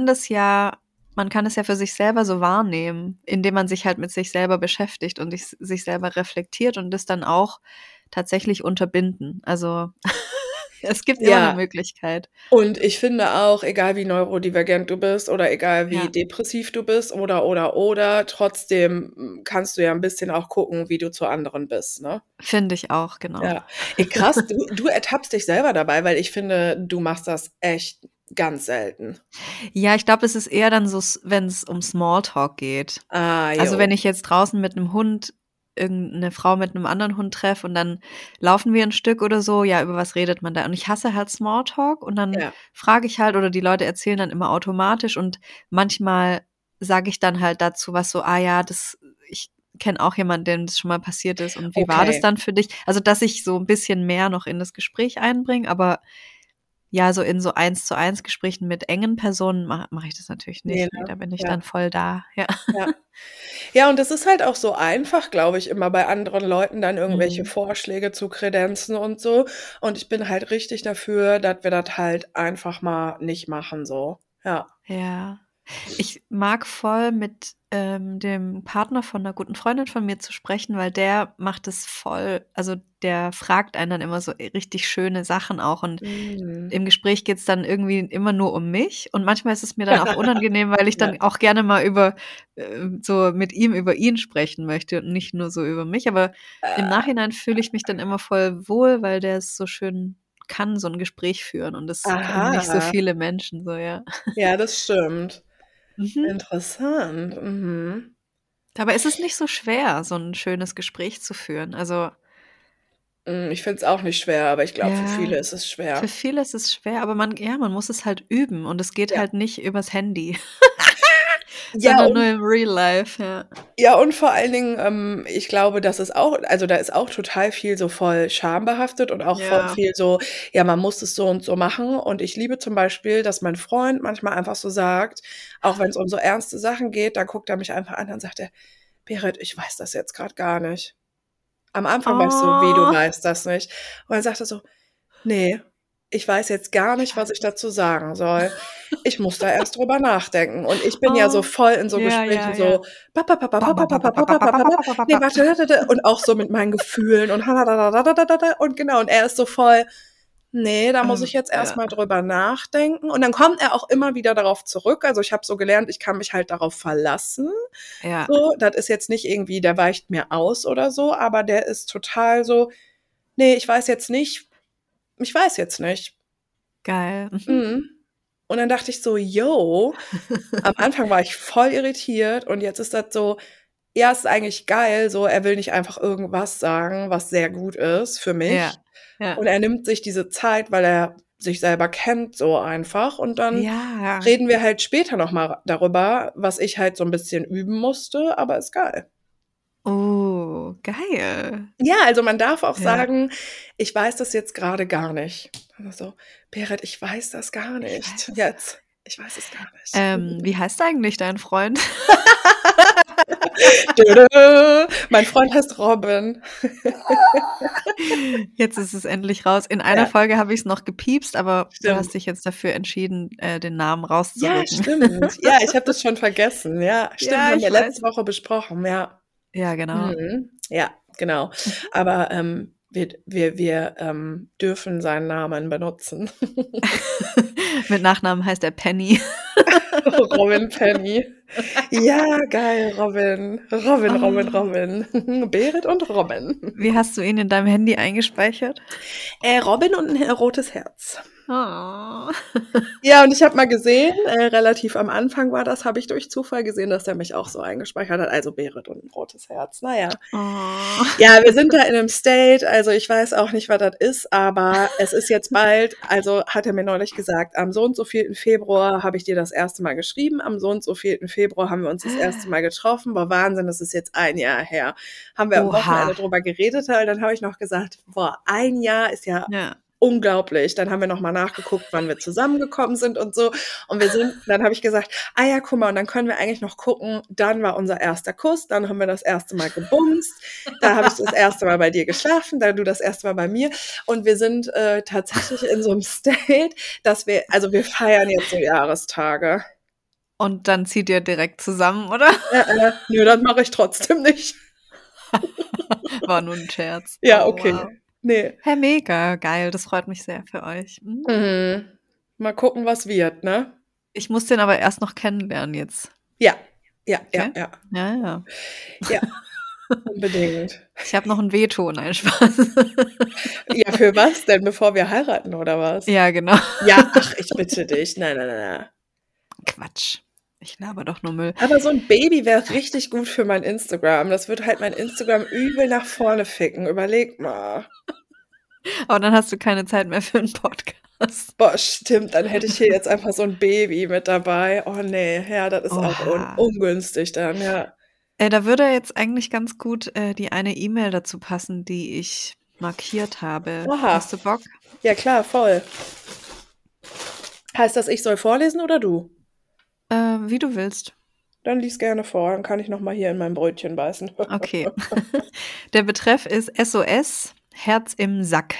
man kann es ja für sich selber so wahrnehmen, indem man sich halt mit sich selber beschäftigt und sich selber reflektiert und das dann auch tatsächlich unterbinden. Also, es gibt immer 'ne Ja. Möglichkeit. Und ich finde auch, egal wie neurodivergent du bist oder egal wie Ja, depressiv du bist oder, trotzdem, kannst du ja 'n bisschen auch gucken, wie du zu anderen bist, ne? finde ich auch, genau. Ja. Ey, krass, du ertappst dich selber dabei, weil ich finde, du machst das echt ganz selten. Ja, ich glaube, es ist eher dann so wenn's um Smalltalk geht. Ah, Also, jo. wenn ich jetzt draußen mit 'nem Hund irgend 'ne Frau mit 'nem anderen Hund treffe und dann laufen wir 'n Stück oder so, ja, über was redet man da? Und ich hasse halt Smalltalk und dann Ja. frage ich halt oder die Leute erzählen dann immer automatisch und manchmal sage ich dann halt dazu was so: „Ah ja, ich kenne auch jemanden, dem das schon mal passiert ist und wie war das Okay. dann für dich?“ Also, dass ich so 'n bisschen mehr noch in das Gespräch einbringe, aber ja, so in so 1-zu-1 Gesprächen mit engen Personen mache ich das natürlich Ne, nicht. Ne, da ne? bin ich Ja, dann voll da. Ja. ja. Ja, und es ist halt auch so einfach, glaube ich, immer bei anderen Leuten dann irgendwelche Mhm. Vorschläge zu kredenzen und so. Und ich bin halt richtig dafür, dass wir das halt einfach mal nicht machen so. Ja. Ja. Ich mag voll mit, dem Partner von 'ner guten Freundin von mir zu sprechen, weil der macht es voll, also, der fragt einen dann immer so richtig schöne Sachen auch, und Mhm. im Gespräch geht's dann irgendwie immer nur um mich, und manchmal ist es mir dann auch unangenehm, weil ich Ja. dann auch gerne mal so mit ihm über ihn sprechen möchte und nicht nur so über mich. Aber im Nachhinein fühle ich mich dann immer voll wohl, weil der es so schön kann, so 'n Gespräch führen, und das können nicht so Aha. viele Menschen so, ja. Ja, das stimmt. Mhm. Interessant. Mhm. Dabei ist es nicht so schwer, so 'n schönes Gespräch zu führen. Also, Ich finde es auch nicht schwer, aber ich glaube, für ja, viele ist es für schwer. viele ist es schwer, aber man muss es halt üben, und es geht Ja. halt nicht übers Handy, Ja, sondern nur und im Real Life, ja. ja, und vor allen Dingen, ich glaube, das ist auch also, da ist auch total viel so voll schambehaftet und auch voll Ja. viel so: „Ja, man muss es so und so machen." Und ich liebe zum Beispiel, dass mein Freund manchmal einfach so sagt, auch wenn's um so ernste Sachen geht, dann guckt er mich einfach an, dann sagt er: „Berit, ich weiß das jetzt grad gar nicht." Am Anfang war ich so: „Wie, du Oh, weißt das nicht?" Und dann sagt er so: „Ne, ich weiß jetzt gar ich nicht, was weiß ich es. dazu sagen soll. Ich muss da erst drüber nachdenken." Und ich bin ja so Oh, voll in so ja, ja, Gesprächen ja. so: „Pa pa pa pa pa Bam, pa bam, pa bam, pa bam, bam, pa bam, pa bam, pa bam, pa bam, pa. bam, bam, Ne, bam. warte, da da da." Und auch so mit meinen Gefühlen und und genau. Und er ist so voll: „Ne, da muss ich jetzt erst Ja. mal drüber nachdenken." Und dann kommt er auch immer wieder darauf zurück. Also, ich habe so gelernt, ich kann mich halt darauf verlassen. Ja, So, das ist jetzt nicht irgendwie, der weicht mir aus oder so, aber der ist total so: „Ne, ich weiß jetzt nicht." geil. Mhm. Mhm. Und dann dachte ich so: „Jo." Am Anfang war ich voll irritiert und jetzt ist das so, ja, ist eigentlich geil, so, er will nicht einfach irgendwas sagen, was sehr gut ist für mich. Ja, ja. Und er nimmt sich diese Zeit, weil er sich selber kennt so einfach. Und dann Ja. reden wir halt später noch mal darüber, was ich halt so 'n bisschen üben musste, aber ist geil. Oh, geil. Ja, also man darf auch Ja, sagen: „Ich weiß das jetzt grade gar nicht." Also: „Berit, ich weiß das gar ich weiß nicht es gar jetzt. nicht. Ich weiß es gar nicht." Wie heißt eigentlich dein Freund? Dödö. Mein Freund heißt Robin. Jetzt ist es endlich raus. In einer Ja, Folge habe ich's noch gepiepst, aber du hast stimmt. dich jetzt dafür entschieden, den Namen Ja, rauszurücken. stimmt. Ja, ich habe das schon vergessen. Ja, stimmt, Ja, haben wir ich weiß letzte es. Woche besprochen, ja. Ja, genau. Mhm. Ja, genau. Mhm. Aber, wir dürfen seinen Namen benutzen. Mit Nachnamen heißt er Penny. Robin Penny. Ja, geil, Robin. Robin, Robin, Oh, Robin. Berit und Robin. wie hast du ihn in deinem Handy eingespeichert? Robin und 'n rotes Herz. Oh. Ja, und ich habe mal gesehen, relativ am Anfang war das, habe ich durch Zufall gesehen, dass der mich auch so eingespeichert hat, also Berit und 'n rotes Herz. Na ja. Oh. Ja, wir sind da in 'nem State, also ich weiß auch nicht, was das ist, aber es ist jetzt bald, also hat er mir neulich gesagt: „Am so und so vierten Februar habe ich dir das erste Mal geschrieben, am so und so vierten Februar haben wir uns das erste Mal getroffen." Boah, Wahnsinn, das ist jetzt ein Jahr her. Haben wir am Oha. Wochenende drüber geredet, und dann habe ich noch gesagt: „Boah, ein Jahr ist ja Ja. unglaublich." Dann haben wir noch mal nachgeguckt, wann wir zusammengekommen sind und so. Und dann habe ich gesagt: „Ah ja, guck mal, und dann können wir eigentlich noch gucken, dann war unser erster Kuss, dann haben wir das erste Mal gebumst, da habe ich das erste Mal bei dir geschlafen, dann du das erste Mal bei mir." Und wir sind, tatsächlich in so 'nem State, dass wir feiern jetzt so Jahrestage. Und dann zieht ihr direkt zusammen, oder? Nö, das mache ich trotzdem nicht. War nur 'n Scherz. Ja, Oh, okay. wow. Ne. Hey, mega geil. Das freut mich sehr für euch. Mhm. Mhm. Mal gucken, was wird, ne? Ich muss den aber erst noch kennenlernen jetzt. Ja. Ja, ja, Okay? ja. Ja, ja. Ja, unbedingt. Ich habe noch 'n Veto. Nein, Spaß. Ja, für was denn? Bevor wir heiraten oder was? Ja, genau. Ja, ach, ich bitte dich. Nein, nein, nein, nein. Quatsch. Ich laber doch nur Müll. Aber so 'n Baby wäre richtig gut für mein Instagram. Das würde halt mein Instagram übel nach vorne ficken. Überleg mal. Aber dann hast du keine Zeit mehr für 'n Podcast. Boah, stimmt, dann hätte ich hier jetzt einfach so 'n Baby mit dabei. Oh ne, ja, das ist auch Oha. ungünstig dann, ja. Da würde jetzt eigentlich ganz gut, die eine E-Mail dazu passen, die ich markiert habe. Oha. Hast du Bock? Ja klar, voll. Heißt das, ich soll vorlesen oder du? Wie du willst. Dann lies gerne vor, dann kann ich noch mal hier in mein Brötchen beißen. Okay. Der Betreff ist SOS, Herz im Sack.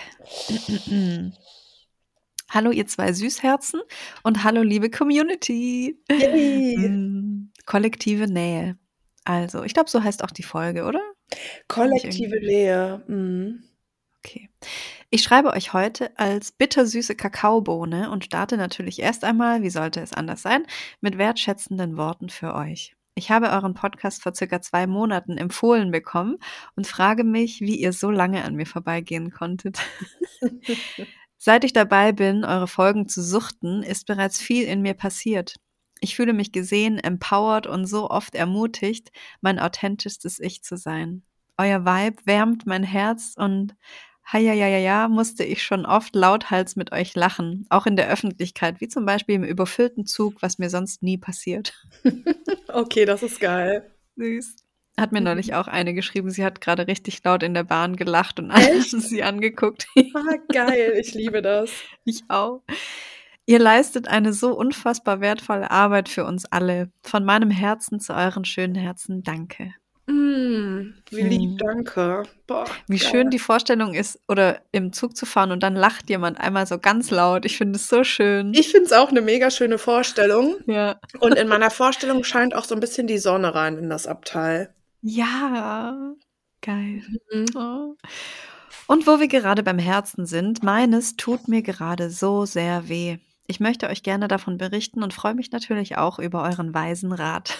Hallo ihr zwei Süßherzen und hallo liebe Community. Yay! Kollektive Nähe. Also, ich glaube, so heißt auch die Folge, oder? Kollektive Nähe. Mhm. Okay. Ich schreibe euch heute als bittersüße Kakaobohne und starte natürlich erst einmal, wie sollte es anders sein, mit wertschätzenden Worten für euch. Ich habe euren Podcast vor circa 2 Monaten empfohlen bekommen und frage mich, wie ihr so lange an mir vorbeigehen konntet. Seit ich dabei bin, eure Folgen zu suchten, ist bereits viel in mir passiert. Ich fühle mich gesehen, empowered und so oft ermutigt, mein authentischstes Ich zu sein. Euer Vibe wärmt mein Herz und ja, musste ich schon oft lauthals mit euch lachen, auch in der Öffentlichkeit, wie zum Beispiel im überfüllten Zug, was mir sonst nie passiert. Okay, das ist geil. Süß. Hat mir neulich auch eine geschrieben, sie hat gerade richtig laut in der Bahn gelacht und alle haben sie angeguckt. Ah, geil, ich liebe das. Ich auch. Ihr leistet eine so unfassbar wertvolle Arbeit für uns alle. Von meinem Herzen zu euren schönen Herzen, danke. Wie lieb, danke. Boah, Wie geil. schön die Vorstellung ist, oder im Zug zu fahren und dann lacht jemand einmal so ganz laut. Ich finde es so schön. Ich finde es auch eine mega schöne Vorstellung. Ja. Und in meiner Vorstellung scheint auch so ein bisschen die Sonne rein in das Abteil. Ja, geil. Mhm. Oh. Und wo wir gerade beim Herzen sind, meines tut mir gerade so sehr weh. Ich möchte euch gerne davon berichten und freue mich natürlich auch über euren weisen Rat.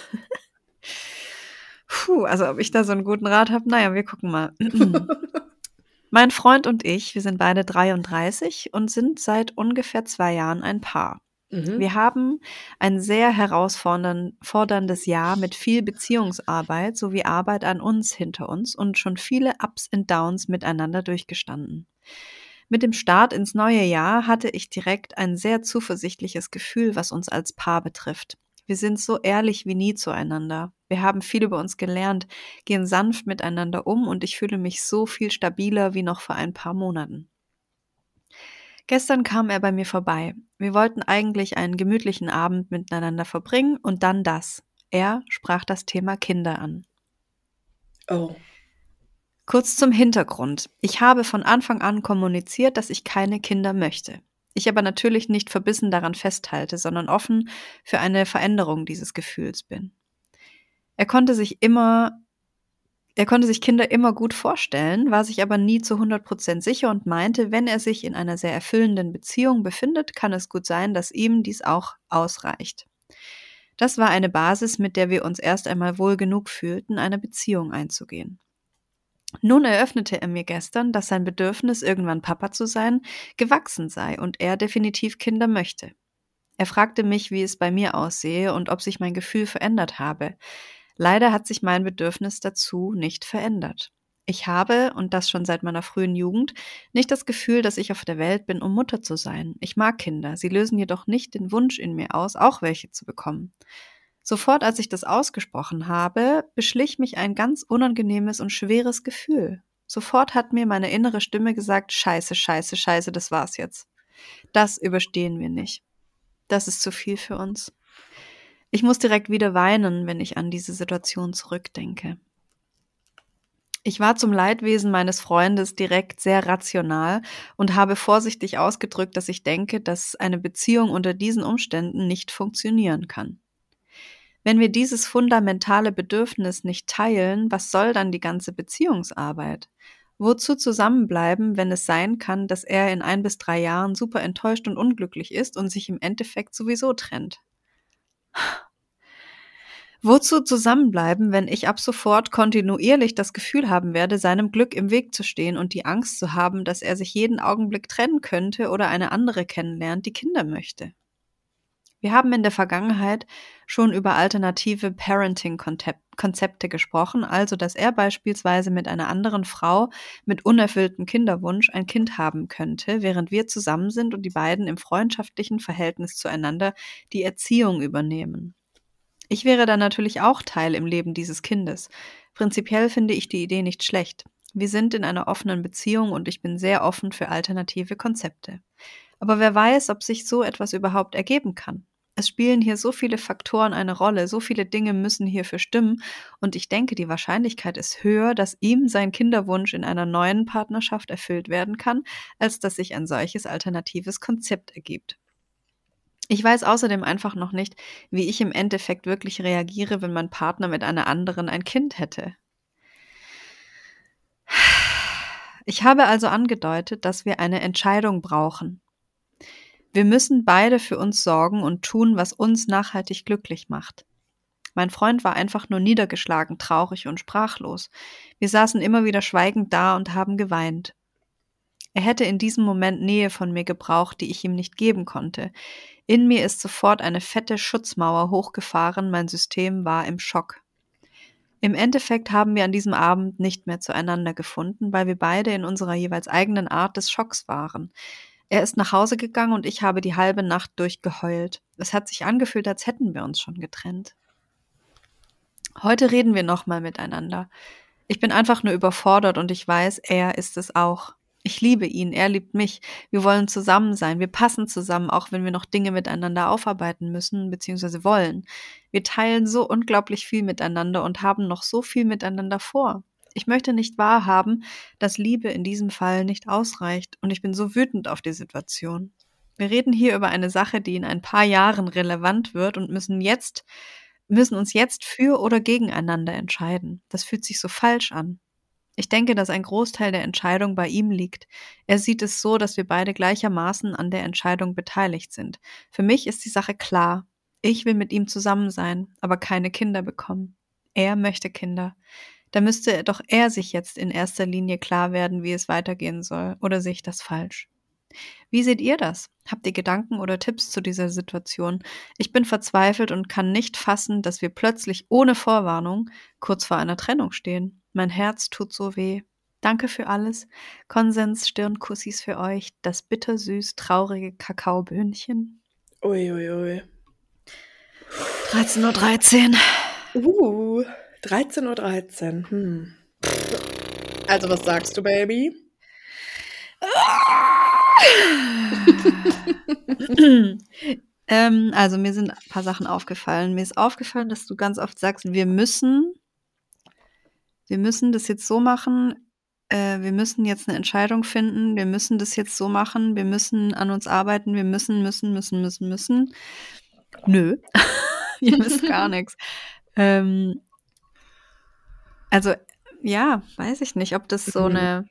Puh, also ob ich da so einen guten Rat habe, naja, wir gucken mal. Mein Freund und ich, wir sind beide 33 und sind seit ungefähr 2 Jahren ein Paar. Mhm. Wir haben ein sehr herausforderndes Jahr mit viel Beziehungsarbeit sowie Arbeit an uns hinter uns und schon viele Ups und Downs miteinander durchgestanden. Mit dem Start ins neue Jahr hatte ich direkt ein sehr zuversichtliches Gefühl, was uns als Paar betrifft. Wir sind so ehrlich wie nie zueinander. Wir haben viel über uns gelernt, gehen sanft miteinander um und ich fühle mich so viel stabiler wie noch vor ein paar Monaten. Gestern kam er bei mir vorbei. Wir wollten eigentlich einen gemütlichen Abend miteinander verbringen und dann das. Er sprach das Thema Kinder an. Oh. Kurz zum Hintergrund. Ich habe von Anfang an kommuniziert, dass ich keine Kinder möchte. Ich aber natürlich nicht verbissen daran festhalte, sondern offen für eine Veränderung dieses Gefühls bin. Er konnte sich Kinder immer gut vorstellen, war sich aber nie zu 100% sicher und meinte, wenn er sich in einer sehr erfüllenden Beziehung befindet, kann es gut sein, dass ihm dies auch ausreicht. Das war eine Basis, mit der wir uns erst einmal wohl genug fühlten, eine Beziehung einzugehen. Nun eröffnete er mir gestern, dass sein Bedürfnis, irgendwann Papa zu sein, gewachsen sei und er definitiv Kinder möchte. Er fragte mich, wie es bei mir aussehe und ob sich mein Gefühl verändert habe. Leider hat sich mein Bedürfnis dazu nicht verändert. Ich habe, und das schon seit meiner frühen Jugend, nicht das Gefühl, dass ich auf der Welt bin, um Mutter zu sein. Ich mag Kinder, sie lösen jedoch nicht den Wunsch in mir aus, auch welche zu bekommen. Sofort, als ich das ausgesprochen habe, beschlich mich ein ganz unangenehmes und schweres Gefühl. Sofort hat mir meine innere Stimme gesagt, Scheiße, Scheiße, Scheiße, das war's jetzt. Das überstehen wir nicht. Das ist zu viel für uns. Ich muss direkt wieder weinen, wenn ich an diese Situation zurückdenke. Ich war zum Leidwesen meines Freundes direkt sehr rational und habe vorsichtig ausgedrückt, dass ich denke, dass eine Beziehung unter diesen Umständen nicht funktionieren kann. Wenn wir dieses fundamentale Bedürfnis nicht teilen, was soll dann die ganze Beziehungsarbeit? Wozu zusammenbleiben, wenn es sein kann, dass er in 1 bis 3 Jahren super enttäuscht und unglücklich ist und sich im Endeffekt sowieso trennt? Wozu zusammenbleiben, wenn ich ab sofort kontinuierlich das Gefühl haben werde, seinem Glück im Weg zu stehen und die Angst zu haben, dass er sich jeden Augenblick trennen könnte oder eine andere kennenlernt, die Kinder möchte? Wir haben in der Vergangenheit schon über alternative Parenting-Konzepte gesprochen, also dass er beispielsweise mit einer anderen Frau mit unerfülltem Kinderwunsch ein Kind haben könnte, während wir zusammen sind und die beiden im freundschaftlichen Verhältnis zueinander die Erziehung übernehmen. Ich wäre dann natürlich auch Teil im Leben dieses Kindes. Prinzipiell finde ich die Idee nicht schlecht. Wir sind in einer offenen Beziehung und ich bin sehr offen für alternative Konzepte. Aber wer weiß, ob sich so etwas überhaupt ergeben kann. Es spielen hier so viele Faktoren eine Rolle, so viele Dinge müssen hierfür stimmen und ich denke, die Wahrscheinlichkeit ist höher, dass ihm sein Kinderwunsch in einer neuen Partnerschaft erfüllt werden kann, als dass sich ein solches alternatives Konzept ergibt. Ich weiß außerdem einfach noch nicht, wie ich im Endeffekt wirklich reagiere, wenn mein Partner mit einer anderen ein Kind hätte. Ich habe also angedeutet, dass wir eine Entscheidung brauchen. Wir müssen beide für uns sorgen und tun, was uns nachhaltig glücklich macht. Mein Freund war einfach nur niedergeschlagen, traurig und sprachlos. Wir saßen immer wieder schweigend da und haben geweint. Er hätte in diesem Moment Nähe von mir gebraucht, die ich ihm nicht geben konnte. In mir ist sofort eine fette Schutzmauer hochgefahren, mein System war im Schock. Im Endeffekt haben wir an diesem Abend nicht mehr zueinander gefunden, weil wir beide in unserer jeweils eigenen Art des Schocks waren. Er ist nach Hause gegangen und ich habe die halbe Nacht durchgeheult. Es hat sich angefühlt, als hätten wir uns schon getrennt. Heute reden wir nochmal miteinander. Ich bin einfach nur überfordert und ich weiß, er ist es auch. Ich liebe ihn, er liebt mich. Wir wollen zusammen sein, wir passen zusammen, auch wenn wir noch Dinge miteinander aufarbeiten müssen bzw. wollen. Wir teilen so unglaublich viel miteinander und haben noch so viel miteinander vor. Ich möchte nicht wahrhaben, dass Liebe in diesem Fall nicht ausreicht und ich bin so wütend auf die Situation. Wir reden hier über eine Sache, die in ein paar Jahren relevant wird und müssen uns jetzt für oder gegeneinander entscheiden. Das fühlt sich so falsch an. Ich denke, dass ein Großteil der Entscheidung bei ihm liegt. Er sieht es so, dass wir beide gleichermaßen an der Entscheidung beteiligt sind. Für mich ist die Sache klar. Ich will mit ihm zusammen sein, aber keine Kinder bekommen. Er möchte Kinder. Da müsste doch er sich jetzt in erster Linie klar werden, wie es weitergehen soll. Oder sehe ich das falsch? Wie seht ihr das? Habt ihr Gedanken oder Tipps zu dieser Situation? Ich bin verzweifelt und kann nicht fassen, dass wir plötzlich ohne Vorwarnung kurz vor einer Trennung stehen. Mein Herz tut so weh. Danke für alles. Konsens, Stirnkussis für euch. Das bittersüß traurige Kakaoböhnchen. Uiuiui. 13:13 Uhr. 13:13 Uhr. Also, was sagst du, Baby? Also mir sind ein paar Sachen aufgefallen. Mir ist aufgefallen, dass du ganz oft sagst, wir müssen das jetzt so machen, wir müssen jetzt eine Entscheidung finden, wir müssen das jetzt so machen, wir müssen an uns arbeiten, wir müssen. Nö, ihr müsst gar nichts. Also, ja, weiß ich nicht, ob das so eine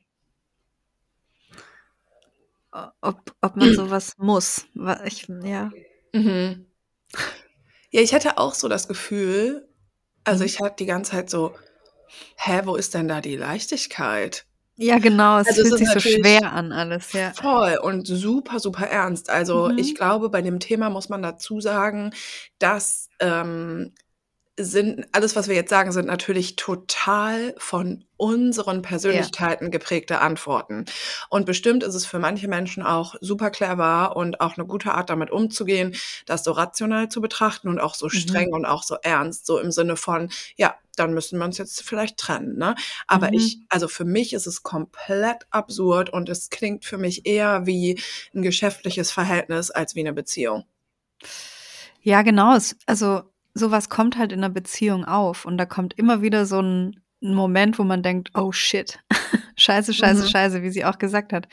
ob man sowas muss. Ja. Ja, ich hatte auch so das Gefühl, also ich hatte die ganze Zeit so, wo ist denn da die Leichtigkeit? Ja, genau, es Also, es fühlt ist sich so natürlich schwer an alles, ja. voll und super, super ernst. Also, ich glaube, bei dem Thema muss man dazu sagen, dass, alles, was wir jetzt sagen, sind natürlich total von unseren Persönlichkeiten geprägte Antworten. Und bestimmt ist es für manche Menschen auch super clever und auch eine gute Art, damit umzugehen, das so rational zu betrachten und auch so streng und auch so ernst, so im Sinne von: „Ja, dann müssen wir uns jetzt vielleicht trennen“, ne? Aber also für mich ist es komplett absurd und es klingt für mich eher wie ein geschäftliches Verhältnis als wie eine Beziehung. Ja, genau. Also sowas kommt halt in 'ner Beziehung auf und da kommt immer wieder so ein Moment, wo man denkt: „Oh shit, scheiße, scheiße, scheiße“, wie sie auch gesagt hat.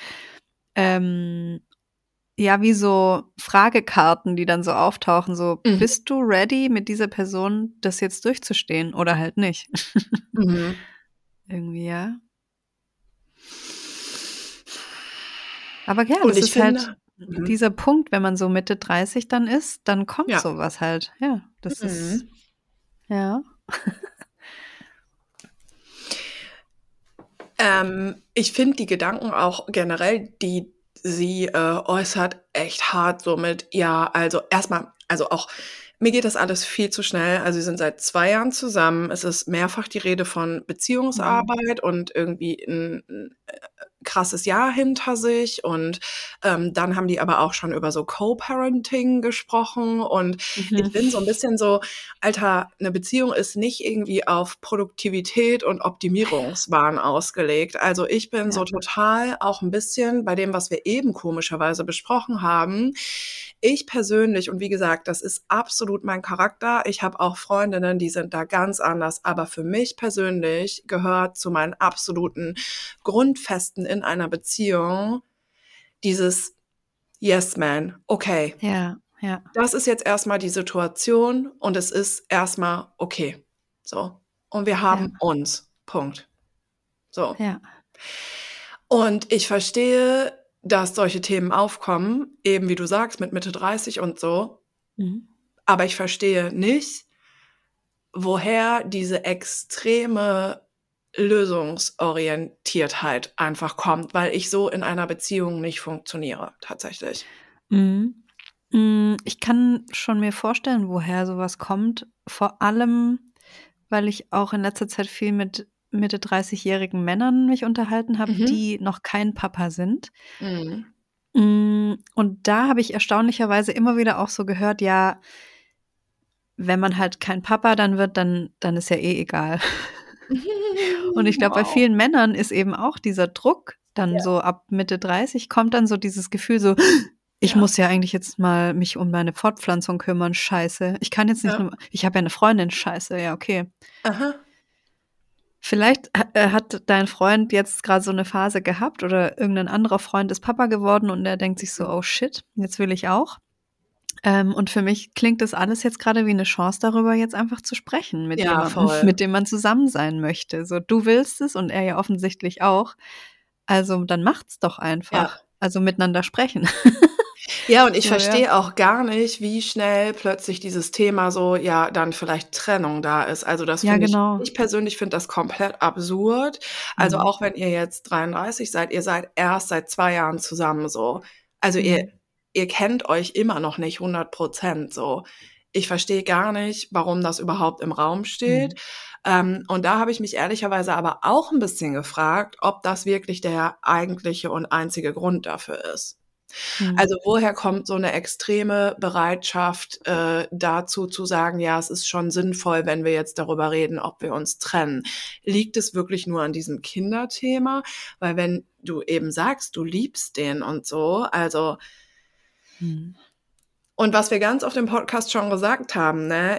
Ja, wie so Fragekarten, die dann so auftauchen, so: Mhm. „Bist du ready, mit dieser Person das jetzt durchzustehen oder halt nicht?“ Mhm. Irgendwie, ja. Aber ja, Und das ich ist halt finde dieser Punkt, wenn man so Mitte 30 dann ist, dann kommt ja. sowas halt. Ja, das ist ja. Ich finde die Gedanken auch generell, die sie, äußert, echt hart so mit ja, also erstmal, also auch mir geht das alles viel zu schnell. Also, sie sind seit 2 Jahren zusammen. Es ist mehrfach die Rede von Beziehungsarbeit und irgendwie 'n krasses Jahr hinter sich und dann haben die aber auch schon über so Co-Parenting gesprochen und ich bin so ein bisschen so, Alter, eine Beziehung ist nicht irgendwie auf Produktivität und Optimierungswahn ausgelegt. Also ich bin so Ja. total auch ein bisschen bei dem, was wir eben komischerweise besprochen haben. Ich persönlich, und wie gesagt, das ist absolut mein Charakter. Ich habe auch Freundinnen, die sind da ganz anders. Aber für mich persönlich gehört zu meinen absoluten Grundfesten in einer Beziehung dieses Yes, man. Okay, Ja, ja, das ist jetzt erstmal die Situation und es ist erstmal okay. So. Und wir ja, haben uns. Punkt. So. ja. Und ich verstehe, dass solche Themen aufkommen, eben wie du sagst, mit Mitte 30 und so. Mhm. Aber ich verstehe nicht, woher diese extreme Lösungsorientiertheit einfach kommt, weil ich so in einer Beziehung nicht funktioniere, tatsächlich. Mhm. Ich kann schon mir vorstellen, woher sowas kommt. Vor allem, weil ich auch in letzter Zeit viel mit Mitte 30-jährigen Männern mich unterhalten habe, Mhm. die noch kein Papa sind. Mhm. Und da habe ich erstaunlicherweise immer wieder auch so gehört, ja, wenn man halt kein Papa dann wird, dann ist ja eh egal. Und ich glaube, bei Wow. vielen Männern ist eben auch dieser Druck dann Ja. so ab Mitte 30 kommt dann so dieses Gefühl so, ich Ja. muss ja eigentlich jetzt mal mich um meine Fortpflanzung kümmern, scheiße. Ich kann jetzt nicht Ja. nur, ich habe ja eine Freundin, scheiße, ja, okay. Aha. Vielleicht hat dein Freund jetzt gerade so eine Phase gehabt oder irgendein anderer Freund ist Papa geworden und er denkt sich so, oh shit, jetzt will ich auch. Und für mich klingt das alles jetzt gerade wie eine Chance darüber, jetzt einfach zu sprechen mit Ja, jemandem, voll. mit dem man zusammen sein möchte. So, du willst es und er ja offensichtlich auch. Also, dann macht's doch Ja. einfach. Also, miteinander sprechen. Ja, und ich So, ja. verstehe auch gar nicht, wie schnell plötzlich dieses Thema so, ja, dann vielleicht Trennung da ist. Also, das Ja, finde genau. ich persönlich finde das komplett absurd. Also, Mhm. auch wenn ihr jetzt 33 seid, ihr seid erst seit 2 Jahren zusammen so. Also, Mhm. ihr kennt euch immer noch nicht 100% so. Ich verstehe gar nicht, warum das überhaupt im Raum steht. Und da habe ich mich ehrlicherweise aber auch ein bisschen gefragt, ob das wirklich der eigentliche und einzige Grund dafür ist. Mhm. Also, woher kommt so eine extreme Bereitschaft, dazu zu sagen: „Ja, es ist schon sinnvoll, wenn wir jetzt darüber reden, ob wir uns trennen?“ Liegt es wirklich nur an diesem Kinderthema? Weil wenn du eben sagst, du liebst den und so, also Mhm. und was wir ganz oft im Podcast schon gesagt haben, ne,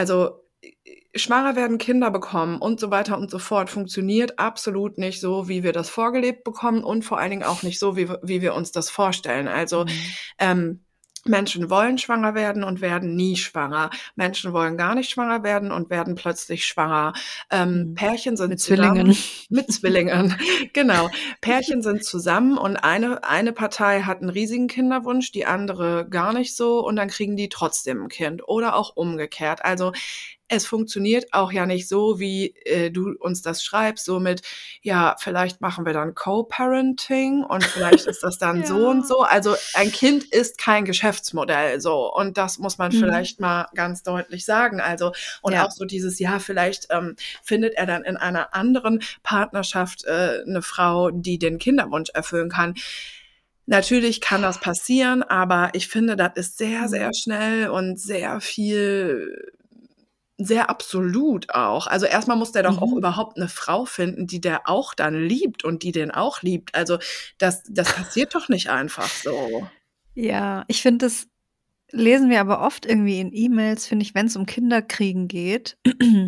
schwanger werden, Kinder bekommen und so weiter und so fort, funktioniert absolut nicht so, wie wir das vorgelebt bekommen und vor allen Dingen auch nicht so, wie wir uns das vorstellen. Also, Mhm. Menschen wollen schwanger werden und werden nie schwanger. Menschen wollen gar nicht schwanger werden und werden plötzlich schwanger. Mhm. Pärchen sind Mit zusammen Zwillingen. mit Zwillingen, genau. Pärchen sind zusammen und eine Partei hat 'n riesigen Kinderwunsch, die andere gar nicht so und dann kriegen die trotzdem 'n Kind oder auch umgekehrt. Also, es funktioniert auch ja nicht so, wie, du uns das schreibst, so mit: „Ja, vielleicht machen wir dann Co-Parenting und vielleicht ist das dann so und Ja. so.“ Also, ein Kind ist kein Geschäftsmodell so und das muss man Mhm. vielleicht mal ganz deutlich sagen. Also und auch Ja. so dieses, ja, vielleicht, findet er dann in einer anderen Partnerschaft, 'ne Frau, die den Kinderwunsch erfüllen kann. Natürlich kann das passieren, aber ich finde, das ist sehr, sehr Mhm. schnell und sehr viel sehr absolut auch. Also, erst mal muss der doch auch Mhm. überhaupt 'ne Frau finden, die der auch dann liebt und die den auch liebt. Also, das passiert doch nicht einfach so. Ja, ich finde, das lesen wir aber oft irgendwie in E-Mails, finde ich, wenn es um Kinderkriegen geht,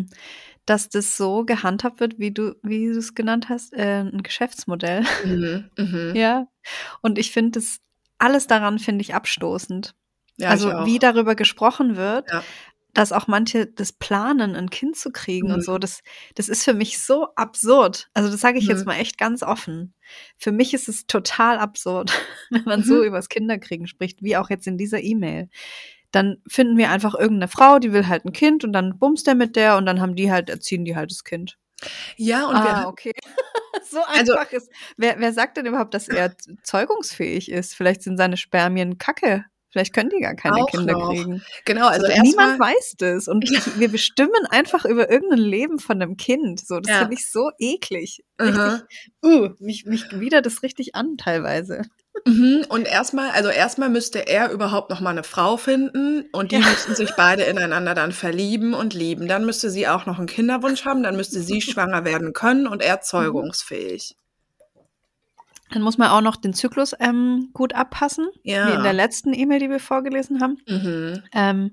dass das so gehandhabt wird, wie du es genannt hast, 'n Geschäftsmodell. Mhm, mhm. Ja. Und ich finde das alles daran finde ich abstoßend. Ja, ich Also, wie auch. darüber gesprochen wird, Ja. dass auch manche das planen, 'n Kind zu kriegen und so, Mhm, das ist für mich so absurd. Also, das sage ich jetzt mhm, mal echt ganz offen. Für mich ist es total absurd, wenn man so mhm. übers Kinderkriegen spricht, wie auch jetzt in dieser E-Mail. Dann finden wir einfach irgend 'ne Frau, die will halt 'n Kind und dann bumst er mit der und dann haben die halt erziehen die halt das Kind. Ja, und wir Ah, hatten okay. So also einfach ist wer sagt denn überhaupt, dass er zeugungsfähig ist? Vielleicht sind seine Spermien Kacke. Vielleicht können die gar keine Auch Kinder noch. kriegen. Genau, also Niemand erstmal, weiß das. Und wir bestimmen einfach über irgendein Leben von einem Kind. So, das ja, finde ich so eklig. aha. Richtig, mich widert das richtig an teilweise. Und erstmal müsste er überhaupt noch mal 'ne Frau finden und Ja. die müssten sich beide ineinander dann verlieben und lieben. Dann müsste sie auch noch 'n Kinderwunsch haben, dann müsste sie schwanger werden können und er Mhm. zeugungsfähig. Dann muss man auch noch den Zyklus gut abpassen, wie in der Ja. letzten E-Mail, die wir vorgelesen haben. Mhm. Ähm,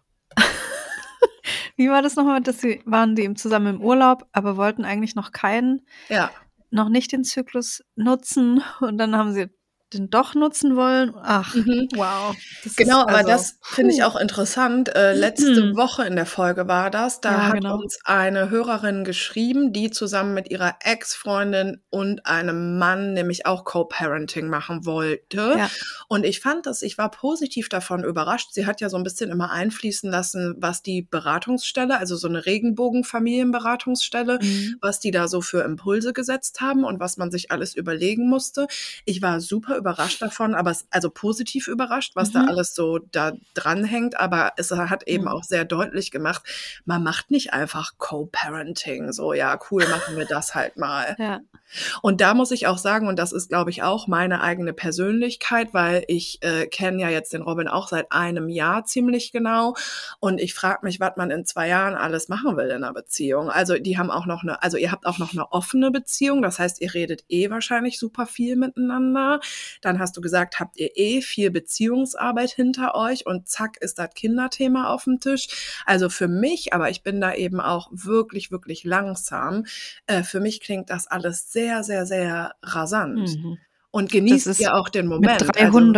Wie war das nochmal, dass waren die zusammen im Urlaub, aber wollten eigentlich Ja. noch nicht den Zyklus nutzen und dann haben sie den doch nutzen wollen. Ach, Mhm. wow. Das Genau, ist aber das finde ich puh. auch interessant. Letzte Woche in der Folge war das, da Ja, hat genau. uns eine Hörerin geschrieben, die zusammen mit ihrer Ex-Freundin und einem Mann nämlich auch Co-Parenting machen wollte. Ja. Und ich war positiv davon überrascht. Sie hat ja so ein bisschen immer einfließen lassen, was die Beratungsstelle, also so eine Regenbogen-Familienberatungsstelle, Mhm. was die da so für Impulse gesetzt haben und was man sich alles überlegen musste. Ich war super überrascht davon, aber also positiv überrascht, was da Mhm. alles so da dranhängt, aber es hat eben Mhm. auch sehr deutlich gemacht, man macht nicht einfach Co-Parenting, so: „Ja, cool, machen wir das halt mal.“ Ja. Und da muss ich auch sagen, und das ist, glaube ich, auch meine eigene Persönlichkeit, weil ich, kenne ja jetzt den Robin auch seit einem Jahr ziemlich genau und ich frage mich, was man in 2 Jahren alles machen will in 'ner Beziehung. Also, ihr habt auch noch 'ne offene Beziehung, das heißt, ihr redet wahrscheinlich super viel miteinander. Dann hast du gesagt, habt ihr viel Beziehungsarbeit hinter euch und zack ist das Kinderthema aufm Tisch. Also, für mich, aber ich bin da eben auch wirklich, wirklich langsam, für mich klingt das alles sehr, sehr, sehr rasant. Mhm. Und Das genießt ist ihr auch den mit Moment? Also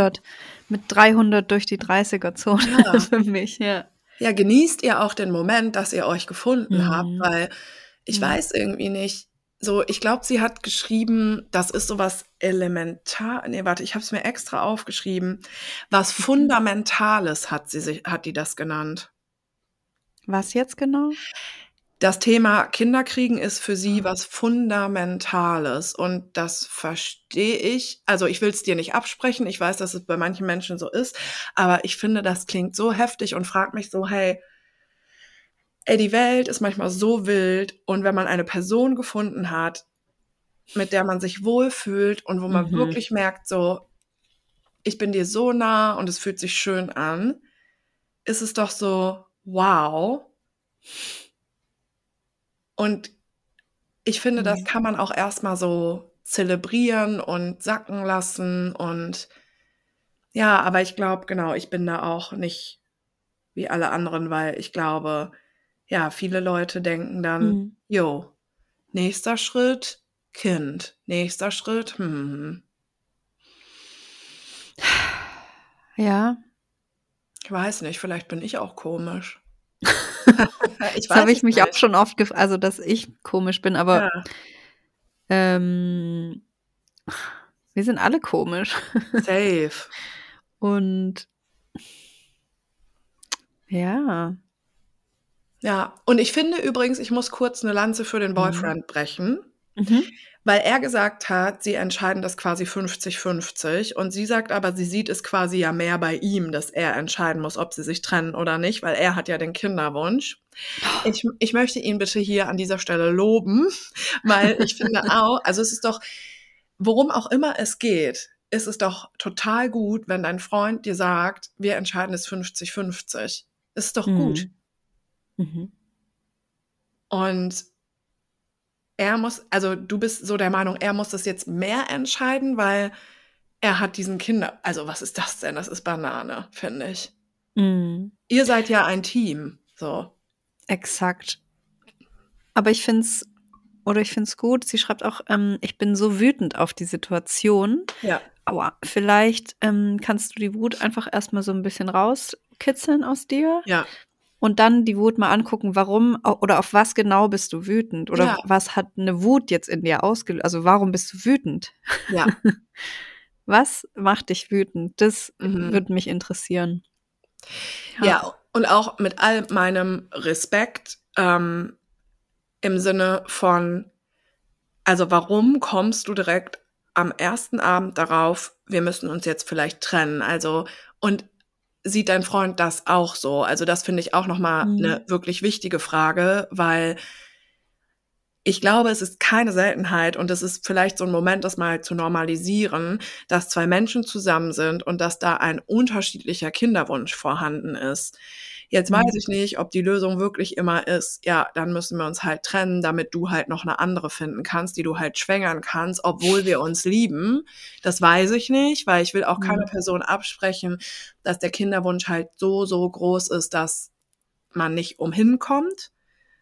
300 durch die 30er-Zone ja, für mich, ja. ja, genießt ihr auch den Moment, dass ihr euch gefunden habt, Mhm. weil ich Mhm. weiß irgendwie nicht so, ich glaube, sie hat geschrieben, das ist so was warte, ich habe es mir extra aufgeschrieben. Was Mhm. Fundamentales hat die das genannt. Was jetzt genau? Das Thema Kinderkriegen ist für sie Ah. was Fundamentales und das verstehe ich. Also, ich will's dir nicht absprechen. Ich weiß, dass es bei manchen Menschen so ist, aber ich finde, das klingt so heftig und frage mich so: „Hey, ey, die Welt ist manchmal so wild und wenn man eine Person gefunden hat, mit der man sich wohlfühlt und wo man Mhm. wirklich merkt so: „Ich bin dir so nah und es fühlt sich schön an“, ist es doch so: „Wow.“ Und ich finde, das Mhm. kann man auch erst mal so zelebrieren und sacken lassen und ja, aber ich glaube, genau, ich bin da auch nicht wie alle anderen, weil ich glaube, ja, viele Leute denken dann: Mhm. „Jo, nächster Schritt, Kind. Nächster Schritt, Ja, ich weiß nicht, vielleicht bin ich auch komisch.“ Ich das habe weiß ich es mich auch nicht. schon oft also, dass ich komisch bin, aber, Ja, ähm, wir sind alle komisch. safe. Und ja. Ja, und ich finde übrigens, ich muss kurz 'ne Lanze für den Mhm. Boyfriend brechen. Mhm. Weil er gesagt hat, sie entscheiden das quasi 50-50 und sie sagt aber, sie sieht es quasi ja mehr bei ihm, dass er entscheiden muss, ob sie sich trennen oder nicht, weil er hat ja den Kinderwunsch. Ich möchte ihn bitte hier an dieser Stelle loben, weil ich finde auch also, es ist doch worum auch immer es geht, ist es doch total gut, wenn dein Freund dir sagt: „Wir entscheiden es 50-50.“ Ist doch gut. Mhm. Mhm. Und du bist so der Meinung, er muss das jetzt mehr entscheiden, weil er hat diesen also, was ist das denn? Das ist Banane, finde ich. Mhm. Ihr seid ja ein Team, so. Exakt. Aber ich finde es gut. Sie schreibt auch, „Ich bin so wütend auf die Situation.“ Ja, Aua, vielleicht, kannst du die Wut einfach erst mal so 'n bisschen rauskitzeln aus dir ja, und dann die Wut mal angucken, warum oder auf was genau bist du wütend oder ja, was hat 'ne Wut jetzt in dir also, warum bist du wütend? ja, Was macht dich wütend? Das mhm. würde mich interessieren. Ja. Ja, und auch mit all meinem Respekt, im Sinne von also, warum kommst du direkt am ersten Abend darauf, wir müssen uns jetzt vielleicht trennen? Also und sieht dein Freund das auch so? Also das finde ich auch nochmal eine wirklich wichtige Frage, weil ich glaube, es ist keine Seltenheit und es ist vielleicht so ein Moment, das mal zu normalisieren, dass 2 Menschen zusammen sind und dass da ein unterschiedlicher Kinderwunsch vorhanden ist. Jetzt weiß ich nicht, ob die Lösung wirklich immer ist, ja, dann müssen wir uns halt trennen, damit du halt noch eine andere finden kannst, die du halt schwängern kannst, obwohl wir uns lieben. Das weiß ich nicht, weil ich will auch keiner Person absprechen, dass der Kinderwunsch halt so, so groß ist, dass man nicht umhin kommt.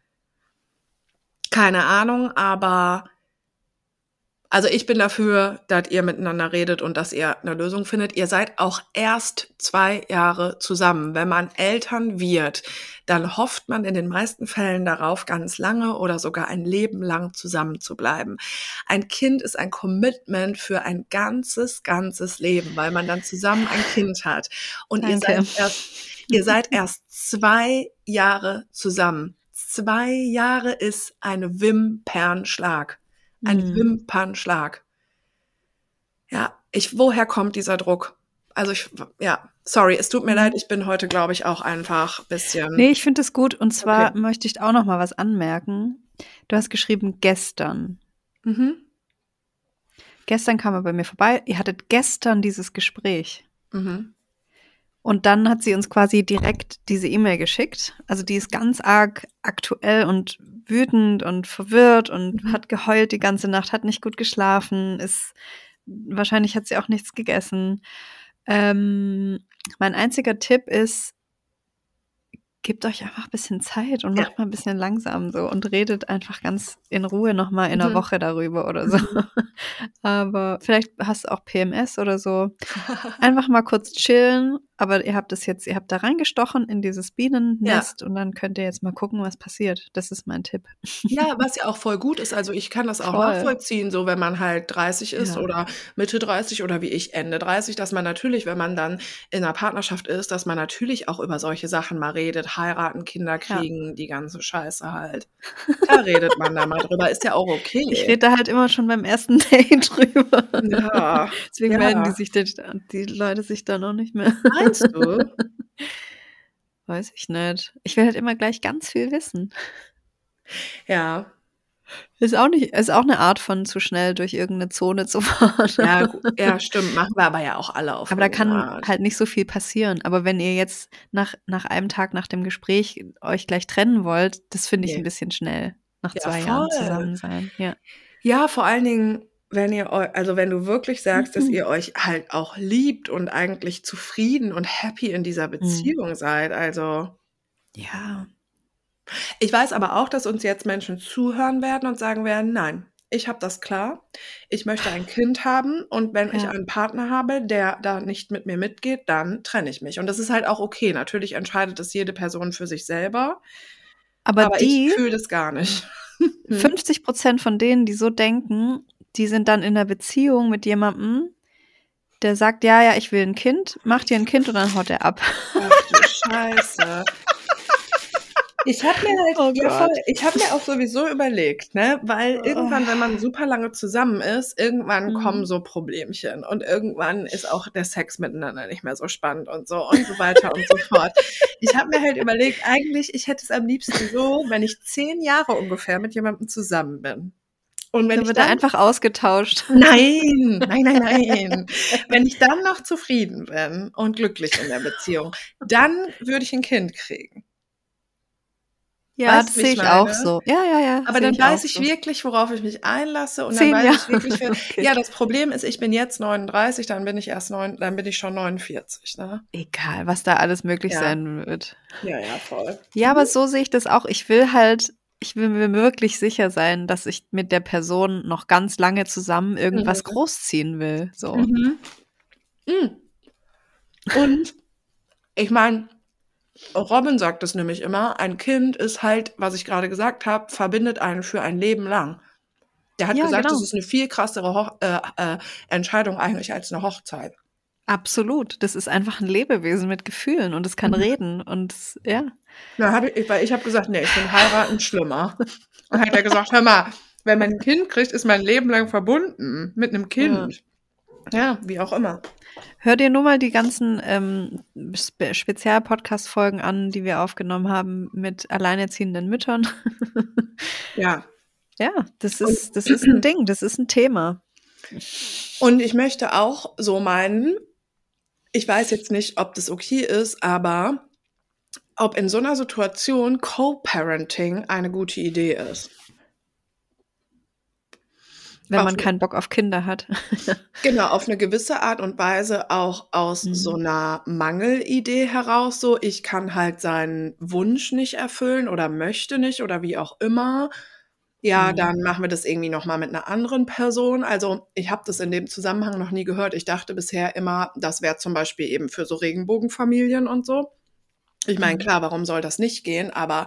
Keine Ahnung, aber also ich bin dafür, dass ihr miteinander redet und dass ihr eine Lösung findet. Ihr seid auch erst 2 Jahre zusammen. Wenn man Eltern wird, dann hofft man in den meisten Fällen darauf, ganz lange oder sogar ein Leben lang zusammen zu bleiben. Ein Kind ist ein Commitment für ein ganzes Leben, weil man dann zusammen ein Kind hat. Und ihr seid erst 2 Jahre zusammen. 2 Jahre ist ein Wimpernschlag. Ein Wimpernschlag. Ja, woher kommt dieser Druck? Also sorry, es tut mir leid, ich bin heute, glaube ich, auch einfach ein bisschen. Nee, ich finde es gut. Und zwar möchte ich auch noch mal was anmerken. Du hast geschrieben gestern. Gestern kam er bei mir vorbei. Ihr hattet gestern dieses Gespräch. Und dann hat sie uns quasi direkt diese E-Mail geschickt. Also die ist ganz arg aktuell und wütend und verwirrt und hat geheult die ganze Nacht, hat nicht gut geschlafen, wahrscheinlich hat sie auch nichts gegessen. Mein einziger Tipp ist, gebt euch einfach ein bisschen Zeit und macht mal ein bisschen langsam so und redet einfach ganz in Ruhe nochmal in einer Woche darüber oder so. Aber vielleicht hast du auch PMS oder so. Einfach mal kurz chillen, aber ihr habt da reingestochen in dieses Bienennest und dann könnt ihr jetzt mal gucken, was passiert. Das ist mein Tipp. Ja, was ja auch voll gut ist. Also ich kann das auch nachvollziehen, so wenn man halt 30 ist oder Mitte 30 oder wie ich Ende 30, dass man natürlich, wenn man dann in einer Partnerschaft ist, dass man natürlich auch über solche Sachen mal redet, heiraten, Kinder kriegen, die ganze Scheiße halt. Da redet man da mal drüber, ist ja auch okay. Ich rede da halt immer schon beim ersten Date drüber. Ja. Deswegen melden die Leute sich da noch nicht mehr. Meinst du? Weiß ich nicht. Ich will halt immer gleich ganz viel wissen. Ja. Ist auch eine Art von zu schnell durch irgendeine Zone zu fahren. Ja, stimmt. Machen wir aber ja auch alle auf. Aber da kann halt nicht so viel passieren. Aber wenn ihr jetzt nach einem Tag nach dem Gespräch euch gleich trennen wollt, das finde ich ein bisschen schnell. Nach 2 Jahren zusammen sein. Ja. Ja, vor allen Dingen, wenn du wirklich sagst, dass ihr euch halt auch liebt und eigentlich zufrieden und happy in dieser Beziehung seid. Also. Ja. Ich weiß aber auch, dass uns jetzt Menschen zuhören werden und sagen werden, nein, ich habe das klar. Ich möchte ein Kind haben und wenn ich einen Partner habe, der da nicht mit mir mitgeht, dann trenne ich mich. Und das ist halt auch okay. Natürlich entscheidet das jede Person für sich selber. Aber ich fühle das gar nicht. 50% von denen, die so denken, die sind dann in einer Beziehung mit jemandem, der sagt, ja, ich will ein Kind, macht dir ein Kind und dann haut er ab. Ach du Scheiße. Ich habe mir auch sowieso überlegt, ne, weil irgendwann, wenn man super lange zusammen ist, irgendwann kommen so Problemchen und irgendwann ist auch der Sex miteinander nicht mehr so spannend und so weiter und so fort. Ich habe mir halt überlegt, eigentlich, ich hätte es am liebsten so, wenn ich 10 Jahre ungefähr mit jemandem zusammen bin. Und wenn dann wird er einfach ausgetauscht. Nein. Wenn ich dann noch zufrieden bin und glücklich in der Beziehung, dann würde ich ein Kind kriegen. Ja, das sehe ich auch so. Ja. Aber dann weiß ich wirklich, worauf ich mich einlasse und dann weiß ich wirklich, okay. Ja, das Problem ist, ich bin jetzt 39, dann bin ich schon 49, ne? Egal, was da alles möglich sein wird. Ja, voll. Ja, aber so sehe ich das auch. Ich will mir wirklich sicher sein, dass ich mit der Person noch ganz lange zusammen irgendwas großziehen will. So. Und ich meine, Robin sagt es nämlich immer, ein Kind ist halt, was ich gerade gesagt habe, verbindet einen für ein Leben lang. Der hat gesagt, das ist eine viel krassere Entscheidung eigentlich als eine Hochzeit. Absolut. Das ist einfach ein Lebewesen mit Gefühlen und es kann reden und ja. Weil ich habe gesagt, nee, ich finde heiraten schlimmer. Und hat er gesagt, hör mal, wenn man ein Kind kriegt, ist mein Leben lang verbunden mit einem Kind. Ja, wie auch immer. Hör dir nur mal die ganzen Spezial-Podcast-Folgen an, die wir aufgenommen haben mit alleinerziehenden Müttern. Ja. Ja, das ist ein Ding, das ist ein Thema. Und ich möchte auch so meinen, ich weiß jetzt nicht, ob das okay ist, aber ob in so einer Situation Co-Parenting eine gute Idee ist. Wenn Auf man eine- keinen Bock auf Kinder hat. Genau, auf eine gewisse Art und Weise auch aus so einer Mangelidee heraus, so ich kann halt seinen Wunsch nicht erfüllen oder möchte nicht oder wie auch immer. Ja, dann machen wir das irgendwie noch mal mit einer anderen Person. Also, ich habe das in dem Zusammenhang noch nie gehört. Ich dachte bisher immer, das wäre zum Beispiel eben für so Regenbogenfamilien und so. Ich meine, klar, warum soll das nicht gehen? Aber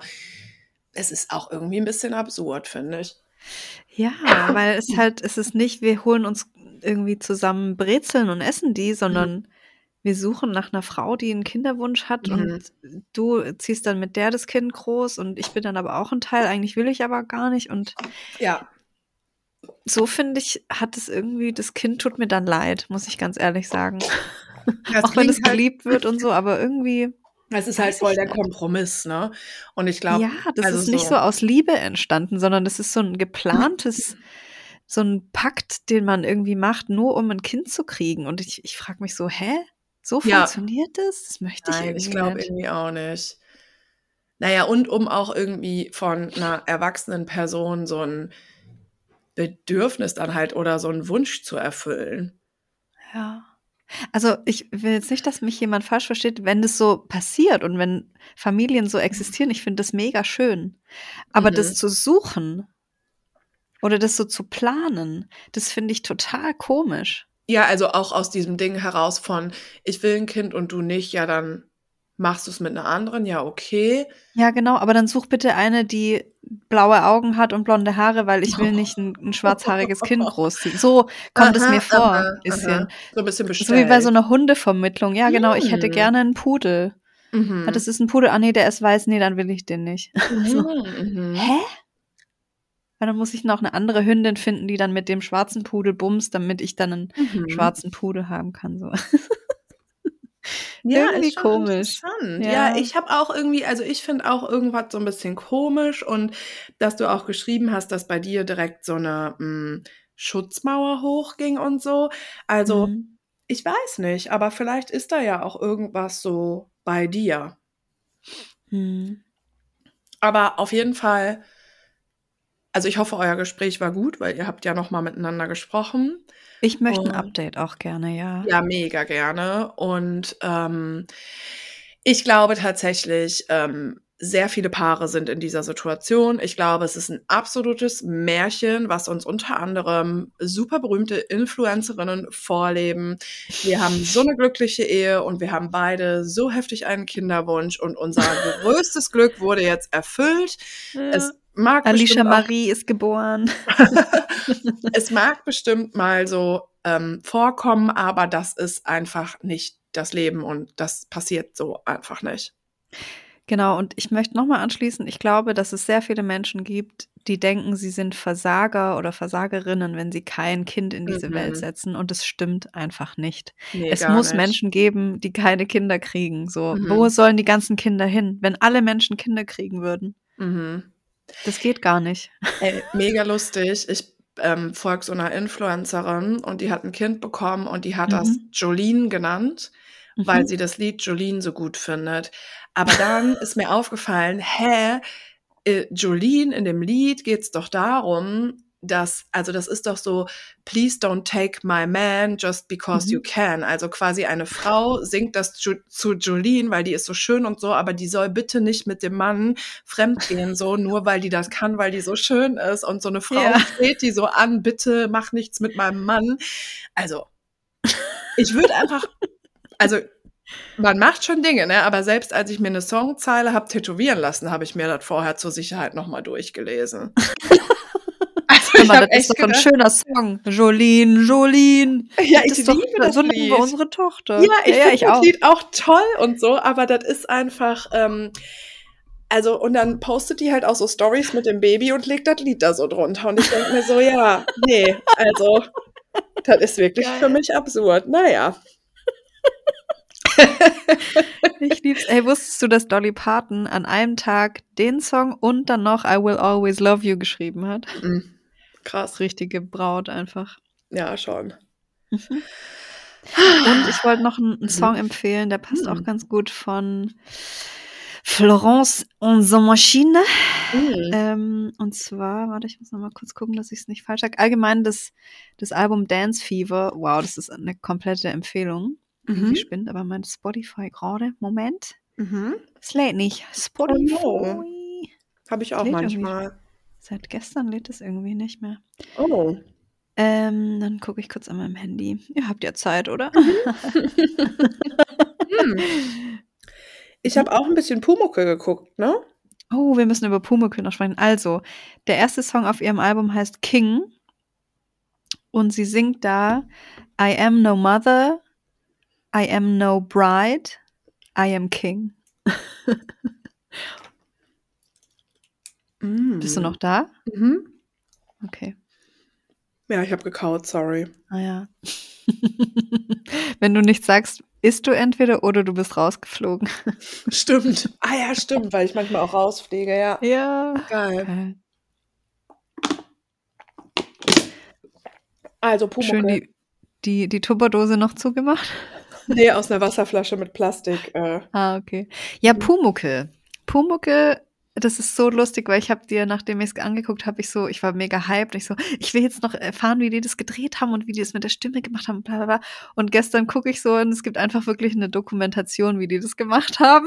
es ist auch irgendwie ein bisschen absurd, finde ich. Ja, weil es ist nicht, wir holen uns irgendwie zusammen Brezeln und essen die, sondern wir suchen nach einer Frau, die einen Kinderwunsch hat und du ziehst dann mit der das Kind groß und ich bin dann aber auch ein Teil, eigentlich will ich aber gar nicht und Ja, so finde ich, hat es irgendwie, das Kind tut mir dann leid, muss ich ganz ehrlich sagen. das Auch wenn es klingt halt, geliebt wird und so, aber irgendwie, es ist halt weiß voll ich der nicht. Kompromiss, ne? Und ich glaube, Ja, das also ist nicht so aus Liebe entstanden, sondern das ist so ein geplantes, so ein Pakt, den man irgendwie macht, nur um ein Kind zu kriegen. Und ich frage mich so, hä? So Ja. funktioniert das? Das möchte ich Nein, ich irgendwie glaube nicht. irgendwie auch nicht. Naja, und um auch irgendwie von einer erwachsenen Person so ein Bedürfnis dann halt oder so einen Wunsch zu erfüllen. Ja. Also ich will jetzt nicht, dass mich jemand falsch versteht, wenn das so passiert und wenn Familien so existieren, ich finde das mega schön. Aber das zu suchen oder das so zu planen, das finde ich total komisch. Ja, also auch aus diesem Ding heraus von: „Ich will ein Kind und du nicht“, ja, dann machst du es mit einer anderen, ja, okay. Ja, genau, aber dann such bitte eine, die blaue Augen hat und blonde Haare, weil ich will nicht ein schwarzhaariges Kind großziehen. So kommt es mir vor, bisschen. So ein bisschen So wie bei so bestellt. einer Hundevermittlung. Ja, genau, ich hätte gerne einen Pudel. Ah, das ist ein Pudel. Ah, nee, der ist weiß. Nee, dann will ich den nicht. So. Hä? Weil dann muss ich noch eine andere Hündin finden, die dann mit dem schwarzen Pudel bumst, damit ich dann einen schwarzen Pudel haben kann, so. Ja, Irgendwie ist schon komisch. interessant. Ja. Ja, ich habe auch irgendwie, also ich finde auch irgendwas so ein bisschen komisch und dass du auch geschrieben hast, dass bei dir direkt so eine Schutzmauer hochging und so. Also, ich weiß nicht, aber vielleicht ist da ja auch irgendwas so bei dir. Aber auf jeden Fall, also ich hoffe, euer Gespräch war gut, weil ihr habt ja noch mal miteinander gesprochen. Ich möchte ein Und Update auch gerne, ja. ja, mega gerne. Und ich glaube tatsächlich, sehr viele Paare sind in dieser Situation. Ich glaube, es ist ein absolutes Märchen, was uns unter anderem super berühmte Influencerinnen vorleben. Wir haben so eine glückliche Ehe und wir haben beide so heftig einen Kinderwunsch und unser größtes Glück wurde jetzt erfüllt. Es mag Alicia bestimmt auch, Marie ist geboren. es mag bestimmt mal so vorkommen, aber das ist einfach nicht das Leben und das passiert so einfach nicht. Genau, und ich möchte noch mal anschließen, ich glaube, dass es sehr viele Menschen gibt, die denken, sie sind Versager oder Versagerinnen, wenn sie kein Kind in diese Welt setzen und es stimmt einfach nicht. Nee, Es gar muss nicht. Menschen geben, die keine Kinder kriegen, so. Wo sollen die ganzen Kinder hin, wenn alle Menschen Kinder kriegen würden? Das geht gar nicht. Ey, mega lustig. Ich folge so einer Influencerin und die hat ein Kind bekommen und die hat das Jolene genannt, weil sie das Lied Jolene so gut findet. Aber dann ist mir aufgefallen, Jolene, in dem Lied geht's doch darum, dass, also das ist doch so: „Please don't take my man just because you can.“ Also quasi eine Frau singt das zu Jolene, weil die ist so schön und so, aber die soll bitte nicht mit dem Mann fremdgehen, so, nur weil die das kann, weil die so schön ist. Und so eine Frau Ja. fleht die so an: „Bitte mach nichts mit meinem Mann.“ Also, ich würde einfach, also man macht schon Dinge, ne? Aber selbst als ich mir eine Songzeile habe tätowieren lassen, habe ich mir das vorher zur Sicherheit noch mal durchgelesen. Also, Hör ich mal, habe das ist echt doch ein gedacht, schöner Song. Jolene, Jolene. ja, Das ich ist doch, liebe das so nennen wir Lied. unsere Tochter. Ja, ich Ja, finde ich das auch. Lied auch toll und so, aber das ist einfach, also, und dann postet die halt auch so Stories mit dem Baby und legt das Lied da so drunter. Und ich denke mir so, ja, nee, also Das ist wirklich für Geil. mich absurd. Naja. Ich lieb's. Ey, wusstest du, dass Dolly Parton an einem Tag den Song und dann noch I Will Always Love You geschrieben hat? Krass. Richtige Braut einfach. Ja, schon. Mhm. Und ich wollte noch einen Song empfehlen, der passt auch ganz gut, von Florence and the Machine. Und zwar, warte, ich muss noch mal kurz gucken, dass ich es nicht falsch sage. Allgemein das Album Dance Fever. Wow, das ist eine komplette Empfehlung. Irgendwie spinnt aber mein Spotify gerade. Moment. Es lädt nicht. Spotify. no. Habe ich auch Lädt irgendwie. manchmal. Seit gestern lädt es irgendwie nicht mehr. Oh. Dann gucke ich kurz an meinem Handy. Ihr habt ja Zeit, oder? Ich habe auch ein bisschen Pumuckl geguckt, ne? Oh, wir müssen über Pumuckl noch sprechen. Also, der erste Song auf ihrem Album heißt King. Und sie singt da I am no mother, I am no bride, I am king. Bist du noch da? Okay. Ja, ich habe gekaut, sorry. Ah ja. Wenn du nichts sagst, isst du entweder oder du bist rausgeflogen. Stimmt. Ah ja, stimmt, weil ich manchmal auch rausfliege, ja. Ja. Geil. Also Schön Pumuckl. die Tupperdose noch zugemacht? Nee, aus einer Wasserflasche mit Plastik. Okay. Ja, Pumuckl. Pumuckl, das ist so lustig, weil ich habe dir, nachdem ich es angeguckt habe, ich war mega hyped. Ich will jetzt noch erfahren, wie die das gedreht haben und wie die das mit der Stimme gemacht haben, bla bla bla. Und gestern gucke ich so und es gibt einfach wirklich eine Dokumentation, wie die das gemacht haben.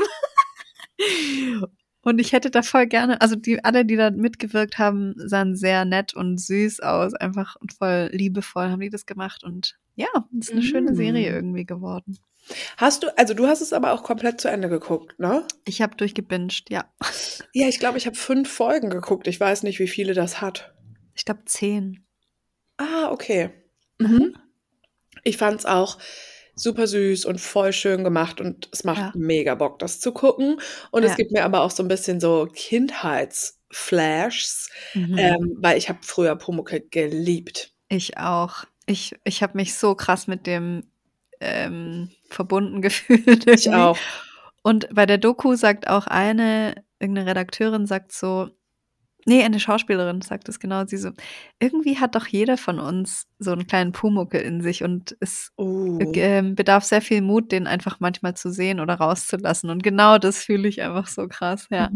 Und ich hätte da voll gerne, also alle, die da mitgewirkt haben, sahen sehr nett und süß aus, einfach und voll liebevoll haben die das gemacht. Und ja, es ist eine schöne Serie irgendwie geworden. Du hast es aber auch komplett zu Ende geguckt, ne? Ich habe durchgebinged, ja. Ja, ich glaube, ich habe 5 Folgen geguckt. Ich weiß nicht, wie viele das hat. Ich glaube 10. Ah, okay. Ich fand es auch super süß und voll schön gemacht und es macht mega Bock, das zu gucken. Und es gibt mir aber auch so ein bisschen so Kindheitsflashs, weil ich habe früher Pumuckl geliebt. Ich auch. Ich habe mich so krass mit dem verbunden gefühlt. Ich auch. Und bei der Doku sagt auch irgendeine Redakteurin sagt so, eine Schauspielerin sagt es genau, sie so, irgendwie hat doch jeder von uns so einen kleinen Pumuckl in sich und es bedarf sehr viel Mut, den einfach manchmal zu sehen oder rauszulassen. Und genau das fühle ich einfach so krass, ja.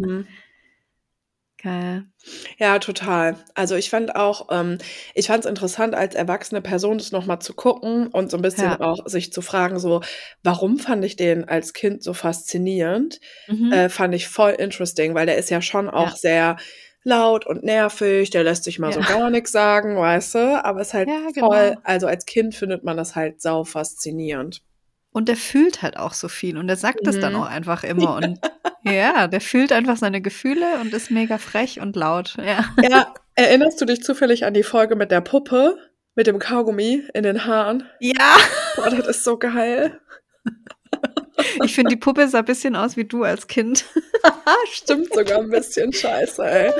Geil. Ja, total. Also ich fand auch, ich fand es interessant, als erwachsene Person das nochmal zu gucken und so ein bisschen auch sich zu fragen, so, warum fand ich den als Kind so faszinierend? Fand ich voll interesting, weil der ist ja schon auch sehr laut und nervig, der lässt sich mal so gar nichts sagen, weißt du? Aber ist halt voll, also als Kind findet man das halt sau faszinierend. Und der fühlt halt auch so viel und der sagt es dann auch einfach immer und der fühlt einfach seine Gefühle und ist mega frech und laut, Ja, erinnerst du dich zufällig an die Folge mit der Puppe, mit dem Kaugummi in den Haaren? Ja. Boah, das ist so geil. Ich finde, die Puppe sah ein bisschen aus wie du als Kind. Stimmt sogar ein bisschen, scheiße, ey.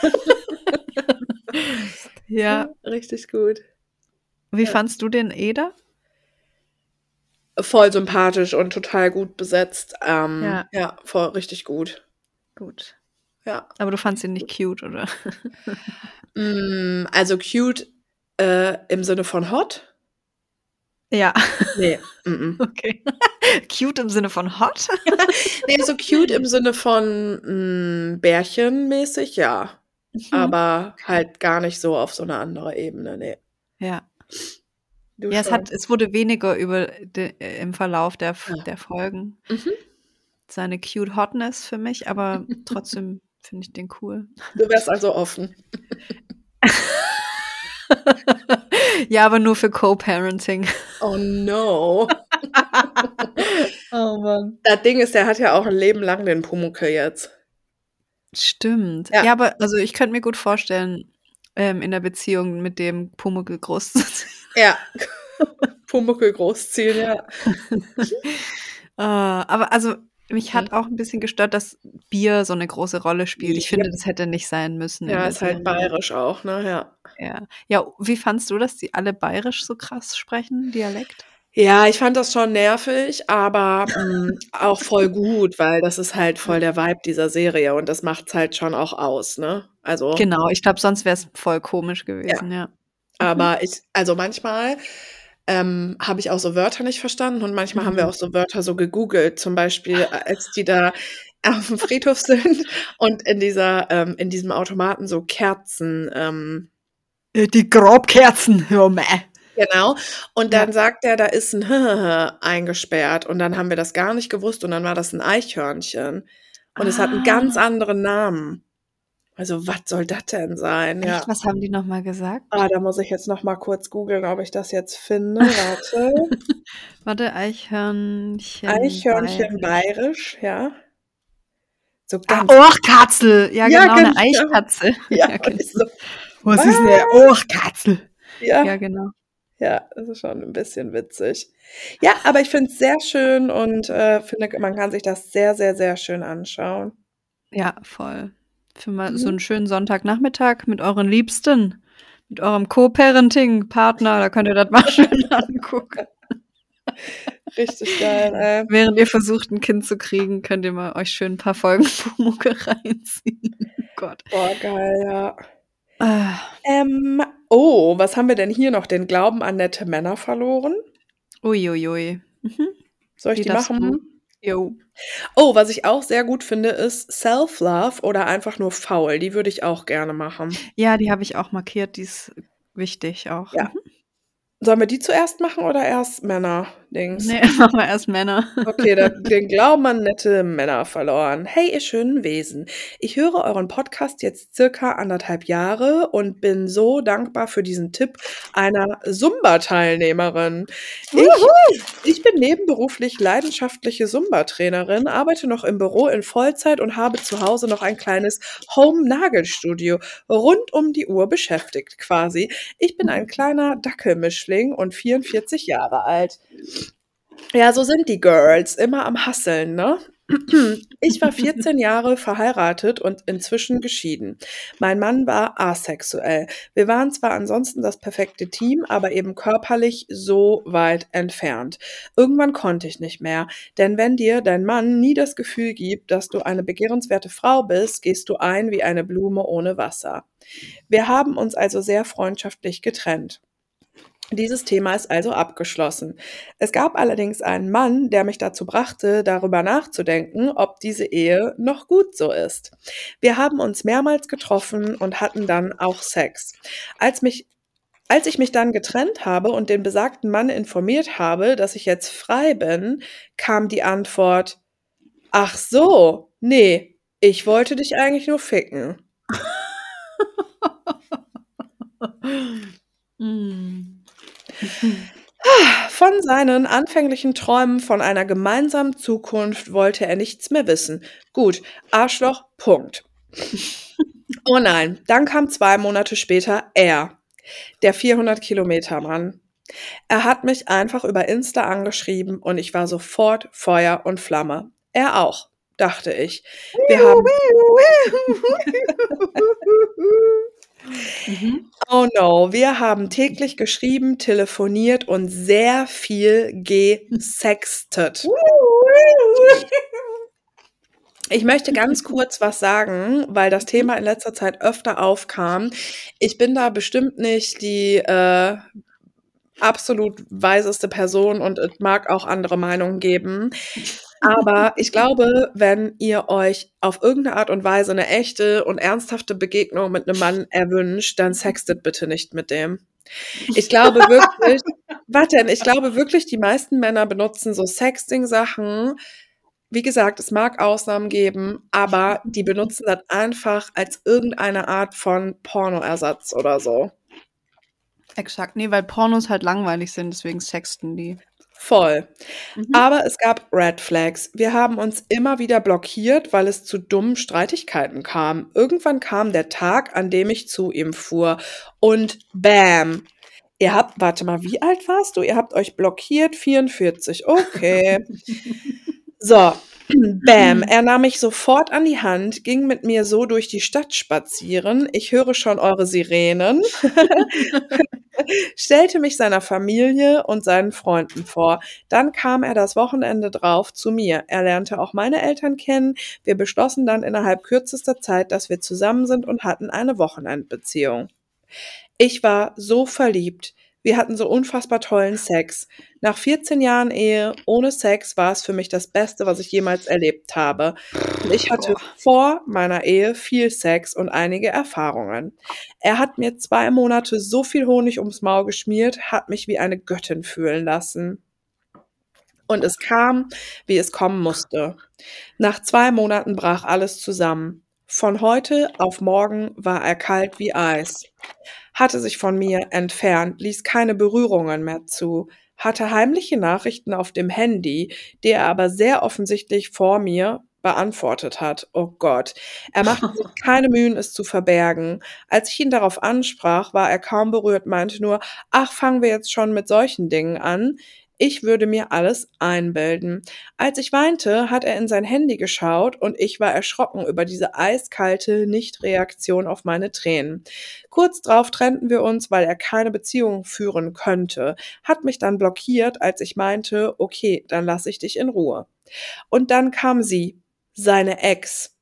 Ja. Richtig gut. Wie fandst du den Eder? Voll sympathisch und total gut besetzt. Ja, voll richtig gut. Gut. Ja. Aber du fandst ihn nicht cute, oder? Also cute im Sinne von hot? Ja. Nee. Okay. Cute im Sinne von hot? Nee, so cute im Sinne von Bärchenmäßig, ja. Aber halt gar nicht so auf so eine andere Ebene, nee. Ja. Du Ja, schon. es wurde weniger im Verlauf der Folgen. Seine cute Hotness für mich, aber trotzdem finde ich den cool. Du wärst also offen. Ja, aber nur für Co-Parenting. Oh no. Oh Mann. Das Ding ist, der hat ja auch ein Leben lang den Pumuckl jetzt. Stimmt. Ja. Ja, aber also ich könnte mir gut vorstellen, in der Beziehung mit dem Pumuckl großzuziehen. Ja. Pumuckl großziehen, ja. Aber also Mich Mhm. hat auch ein bisschen gestört, dass Bier so eine große Rolle spielt. Ich Ja, finde, das hätte nicht sein müssen in ja, der ist halt Serie. bayerisch auch, ne? Ja. Ja. Ja, wie fandst du das, die alle bayerisch so krass sprechen, Dialekt? Ja, ich fand das schon nervig, aber, auch voll gut, weil das ist halt voll der Vibe dieser Serie und das macht's halt schon auch aus, ne? Also, Genau, ich glaube, sonst wäre es voll komisch ja. gewesen, ja. Mhm. Aber manchmal, habe ich auch so Wörter nicht verstanden und manchmal haben wir Mhm. auch so Wörter so gegoogelt. Zum Beispiel, als die da auf'm Friedhof sind und in diesem Automaten so Kerzen, Die Grabkerzen, hör mal. genau. Und Ja. dann sagt er, da ist 'n eingesperrt und dann haben wir das gar nicht gewusst und dann war das 'n Eichhörnchen und es hat 'n ganz Ah, anderen Namen. Also, was soll das denn sein? echt? Ja. Was haben die noch mal gesagt? Da muss ich jetzt noch mal kurz googeln, ob ich das jetzt finde. Warte. Warte, Eichhörnchen Eichhörnchen bayerisch. bayerisch, ja. So Ah, ganz Oachkatzel. Ja, ja, genau, 'ne genau. Eichkatze. Ja, Ja, und genau. ich so: Was ist 'ne „Was?“ Oachkatzel? Ja, Ja, genau. ja, das ist schon 'n bisschen witzig. Ja, aber ich finde es sehr schön und, finde, man kann sich das sehr, sehr, sehr schön anschauen. Ja, voll. Für mal so Mhm. 'n schönen Sonntagnachmittag mit euren Liebsten, mit eurem Co-Parenting-Partner, da könnt ihr das mal schön angucken. Richtig geil, ey. Während ihr versucht, 'n Kind zu kriegen, könnt ihr mal euch schön 'n paar Folgen Pumuckl reinziehen. Oh Gott. Boah, geil, ja. Ah. Was haben wir denn hier noch? Den Glauben an nette Männer verloren. Ui, ui, ui. Mhm. Soll ich Die die darfst du. machen? Jo. Oh, was ich auch sehr gut finde, ist Self-Love oder einfach nur faul. Die würde ich auch gerne machen. Ja, die habe ich auch markiert, die ist wichtig auch. Ja. Mhm. Sollen wir die zuerst machen oder erst Männer-Dings? Ne, machen wir erst Männer. Okay, den Glauben an nette Männer verloren. Hey, ihr schönen Wesen. Ich höre euren Podcast jetzt circa 1,5 Jahre und bin so dankbar für diesen Tipp einer Zumba-Teilnehmerin. Ich Ich bin nebenberuflich leidenschaftliche Zumba-Trainerin, arbeite noch im Büro in Vollzeit und habe zu Hause noch ein kleines Home-Nagelstudio, rund um die Uhr beschäftigt quasi. Ich bin ein kleiner Dackelmischling und 44 Jahre alt. Ja, so sind die Girls, immer am Hasseln, ne? Ich war 14 Jahre verheiratet und inzwischen geschieden. Mein Mann war asexuell. Wir waren zwar ansonsten das perfekte Team, aber eben körperlich so weit entfernt. Irgendwann konnte ich nicht mehr, denn wenn dir dein Mann nie das Gefühl gibt, dass du eine begehrenswerte Frau bist, gehst du ein wie eine Blume ohne Wasser. Wir haben uns also sehr freundschaftlich getrennt. Dieses Thema ist also abgeschlossen. Es gab allerdings einen Mann, der mich dazu brachte, darüber nachzudenken, ob diese Ehe noch gut so ist. Wir haben uns mehrmals getroffen und hatten dann auch Sex. Als mich Als ich mich dann getrennt habe und den besagten Mann informiert habe, dass ich jetzt frei bin, kam die Antwort: „Ach so, ne, ich wollte dich eigentlich nur ficken.“ Mhm. Mhm. Von seinen anfänglichen Träumen von einer gemeinsamen Zukunft wollte er nichts mehr wissen. Gut, Arschloch, Punkt. Oh nein, dann kam 2 Monate später er, der 400-Kilometer-Mann. Er hat mich einfach über Insta angeschrieben und ich war sofort Feuer und Flamme. Er auch, dachte ich. Wir haben Mhm. Oh no, wir haben täglich geschrieben, telefoniert und sehr viel gesextet. Ich möchte ganz kurz was sagen, weil das Mhm. Thema in letzter Zeit öfter aufkam. Ich bin da bestimmt nicht die, absolut weiseste Person und es mag auch andere Meinungen geben. Aber ich glaube, wenn ihr euch auf irgendeine Art und Weise eine echte und ernsthafte Begegnung mit einem Mann erwünscht, dann sextet bitte nicht mit dem. Ich glaube wirklich warte, ich glaube wirklich, die meisten Männer benutzen so Sexting-Sachen. Wie gesagt, es mag Ausnahmen geben, aber die benutzen das einfach als irgendeine Art von Pornoersatz oder so. Exakt. Ne, weil Pornos halt langweilig sind, deswegen sexten die. Voll. Mhm. Aber es gab Red Flags. Wir haben uns immer wieder blockiert, weil es zu dummen Streitigkeiten kam. Irgendwann kam der Tag, an dem ich zu ihm fuhr und bam. Warte mal, wie alt warst du? Ihr habt euch blockiert, 44. Okay. So, Bäm, er nahm mich sofort an die Hand, ging mit mir so durch die Stadt spazieren. Ich höre schon eure Sirenen. Stellte mich seiner Familie und seinen Freunden vor. Dann kam er das Wochenende drauf zu mir. Er lernte auch meine Eltern kennen. Wir beschlossen dann innerhalb kürzester Zeit, dass wir zusammen sind und hatten eine Wochenendbeziehung. Ich war so verliebt. Wir hatten so unfassbar tollen Sex. Nach 14 Jahren Ehe ohne Sex war es für mich das Beste, was ich jemals erlebt habe. Und ich hatte Boah. vor meiner Ehe viel Sex und einige Erfahrungen. Er hat mir 2 Monate so viel Honig ums Maul geschmiert, hat mich wie eine Göttin fühlen lassen. Und es kam, wie es kommen musste. Nach 2 Monaten brach alles zusammen. Von heute auf morgen war er kalt wie Eis, hatte sich von mir entfernt, ließ keine Berührungen mehr zu, hatte heimliche Nachrichten auf dem Handy, die er aber sehr offensichtlich vor mir beantwortet hat. Oh Gott. Er machte sich keine Mühen, es zu verbergen. Als ich ihn darauf ansprach, war er kaum berührt, meinte nur, ach, fangen wir jetzt schon mit solchen Dingen an? Ich würde mir alles einbilden. Als ich weinte, hat er in sein Handy geschaut und ich war erschrocken über diese eiskalte Nichtreaktion auf meine Tränen. Kurz drauf trennten wir uns, weil er keine Beziehung führen könnte, hat mich dann blockiert, als ich meinte, okay, dann lasse ich dich in Ruhe. Und dann kam sie, seine Ex.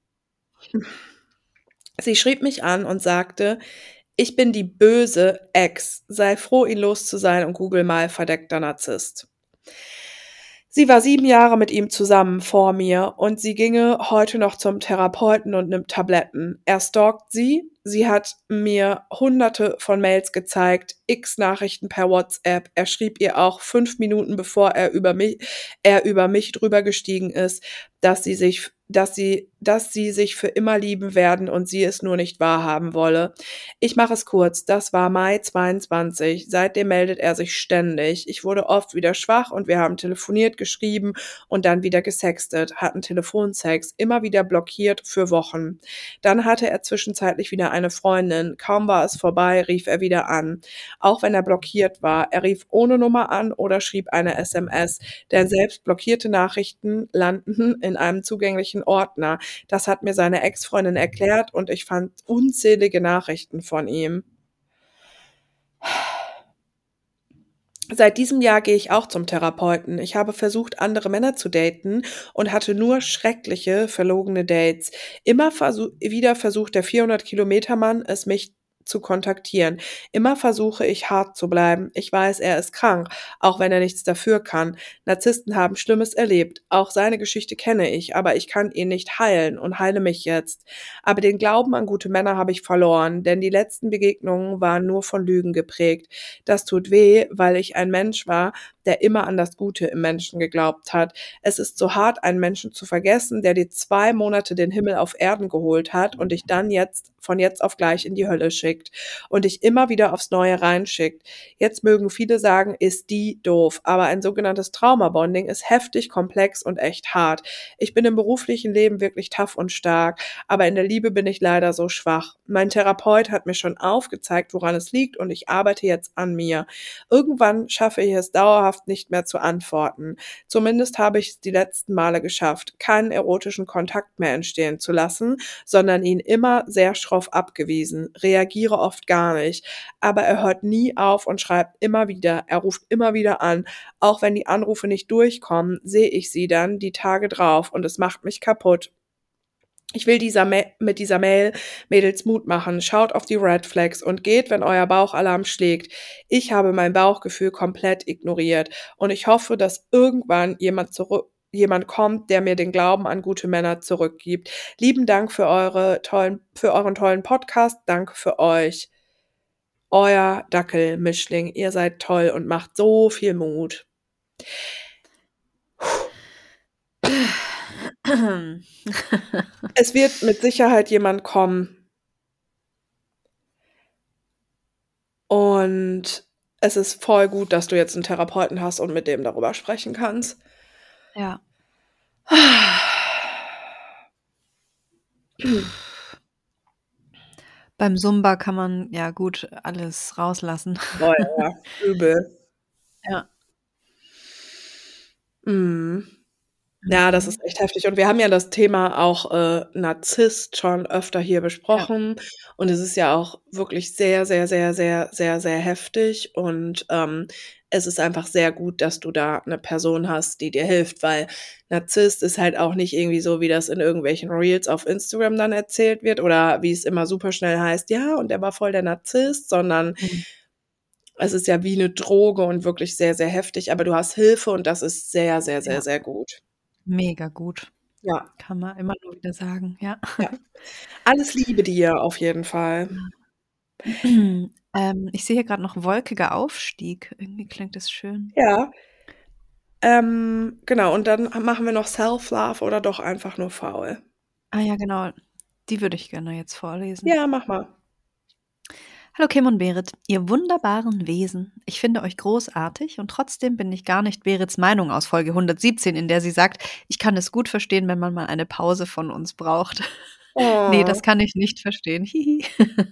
Sie schrieb mich an und sagte, ich bin die böse Ex, sei froh, ihn los zu sein und google mal verdeckter Narzisst. Sie war 7 Jahre mit ihm zusammen vor mir und sie ginge heute noch zum Therapeuten und nimmt Tabletten. Er stalkt sie. Sie hat mir Hunderte von Mails gezeigt, x Nachrichten per WhatsApp. Er schrieb ihr auch 5 Minuten bevor er über mich drüber gestiegen ist, dass sie sich für immer lieben werden und sie es nur nicht wahrhaben wolle. Ich mache es kurz. Das war Mai 22. Seitdem meldet er sich ständig. Ich wurde oft wieder schwach und wir haben telefoniert, geschrieben und dann wieder gesextet, hatten Telefonsex, immer wieder blockiert für Wochen. Dann hatte er zwischenzeitlich wieder eine Freundin. Kaum war es vorbei, rief er wieder an. Auch wenn er blockiert war. Er rief ohne Nummer an oder schrieb eine SMS. Denn selbst blockierte Nachrichten landen in einem zugänglichen Ordner. Das hat mir seine Ex-Freundin erklärt und ich fand unzählige Nachrichten von ihm. Seit diesem Jahr gehe ich auch zum Therapeuten. Ich habe versucht, andere Männer zu daten und hatte nur schreckliche, verlogene Dates. Immer wieder versucht der 400-Kilometer-Mann, es mich zu kontaktieren. Immer versuche ich hart zu bleiben. Ich weiß, er ist krank, auch wenn er nichts dafür kann. Narzissten haben Schlimmes erlebt. Auch seine Geschichte kenne ich, aber ich kann ihn nicht heilen und heile mich jetzt. Aber den Glauben an gute Männer habe ich verloren, denn die letzten Begegnungen waren nur von Lügen geprägt. Das tut weh, weil ich ein Mensch war, der immer an das Gute im Menschen geglaubt hat. Es ist so hart, einen Menschen zu vergessen, der dir 2 Monate den Himmel auf Erden geholt hat und dich dann von jetzt auf gleich in die Hölle schickt und dich immer wieder aufs Neue reinschickt. Jetzt mögen viele sagen, ist die doof, aber ein sogenanntes Traumabonding ist heftig, komplex und echt hart. Ich bin im beruflichen Leben wirklich tough und stark, aber in der Liebe bin ich leider so schwach. Mein Therapeut hat mir schon aufgezeigt, woran es liegt und ich arbeite jetzt an mir. Irgendwann schaffe ich es dauerhaft nicht mehr zu antworten. Zumindest habe ich es die letzten Male geschafft, keinen erotischen Kontakt mehr entstehen zu lassen, sondern ihn immer sehr schroff abgewiesen, reagiere oft gar nicht. Aber er hört nie auf und schreibt immer wieder, er ruft immer wieder an. Auch wenn die Anrufe nicht durchkommen, sehe ich sie dann die Tage drauf und es macht mich kaputt. Ich will mit dieser Mail Mädels Mut machen. Schaut auf die Red Flags und geht, wenn euer Bauchalarm schlägt. Ich habe mein Bauchgefühl komplett ignoriert und ich hoffe, dass irgendwann jemand kommt, der mir den Glauben an gute Männer zurückgibt. Lieben Dank für euren tollen Podcast. Danke für euch. Euer Dackelmischling. Ihr seid toll und macht so viel Mut. Es wird mit Sicherheit jemand kommen. Und es ist voll gut, dass du jetzt einen Therapeuten hast und mit dem darüber sprechen kannst. Ja. Beim Zumba kann man ja gut alles rauslassen. Boah, ja, übel. Ja. Mhm. Ja, das ist Mhm. echt heftig. Und wir haben ja das Thema auch, Narzisst schon öfter hier Ja, besprochen. Und es ist ja auch wirklich sehr, sehr, sehr, sehr, sehr, sehr heftig. Und, es ist einfach sehr gut, dass du da eine Person hast, die dir hilft, weil Narzisst ist halt auch nicht irgendwie so, wie das in irgendwelchen Reels auf Instagram dann erzählt wird oder wie es immer super schnell heißt: „Ja, und der war voll der Narzisst“, sondern mhm. es ist ja wie eine Droge und wirklich sehr, sehr heftig, aber du hast Hilfe und das ist sehr, sehr, sehr, Ja, sehr gut. mega gut. Ja, Kann man immer nur wieder sagen, ja. ja. Alles Liebe dir auf jeden Fall. Ich sehe hier grad noch wolkiger Aufstieg. Irgendwie klingt das schön. Ja, genau und dann machen wir noch Self-Love oder doch einfach nur faul. Ah ja, genau. Die würde ich gerne jetzt vorlesen. Ja, mach mal. Hallo Kim und Berit, ihr wunderbaren Wesen. Ich finde euch großartig und trotzdem bin ich gar nicht Berits Meinung aus Folge 117, in der sie sagt, ich kann es gut verstehen, wenn man mal eine Pause von uns braucht. Nee, das Oh, kann ich nicht verstehen. Hihi.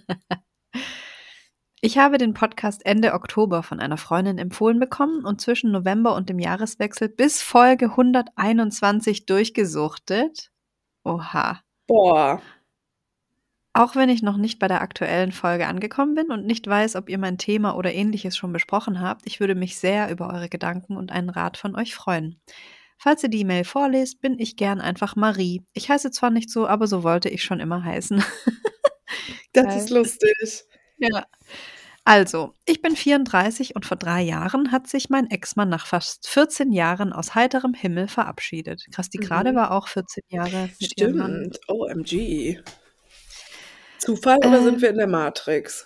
Ich habe den Podcast Ende Oktober von einer Freundin empfohlen bekommen und zwischen November und dem Jahreswechsel bis Folge 121 durchgesuchtet. Oha. boah. Auch wenn ich noch nicht bei der aktuellen Folge angekommen bin und nicht weiß, ob ihr mein Thema oder ähnliches schon besprochen habt, ich würde mich sehr über eure Gedanken und einen Rat von euch freuen. Falls ihr die E-Mail vorlest, bin ich gern einfach Marie. Ich heiße zwar nicht so, aber so wollte ich schon immer heißen. Das ist Geil. lustig. Ja. Also, ich bin 34 und vor 3 Jahren hat sich mein Ex-Mann nach fast 14 Jahren aus heiterem Himmel verabschiedet. Krass, die gerade Mhm. war auch 14 Jahre mit ihrem Mann. Stimmt. OMG. Zufall oder sind Ähm. wir in der Matrix?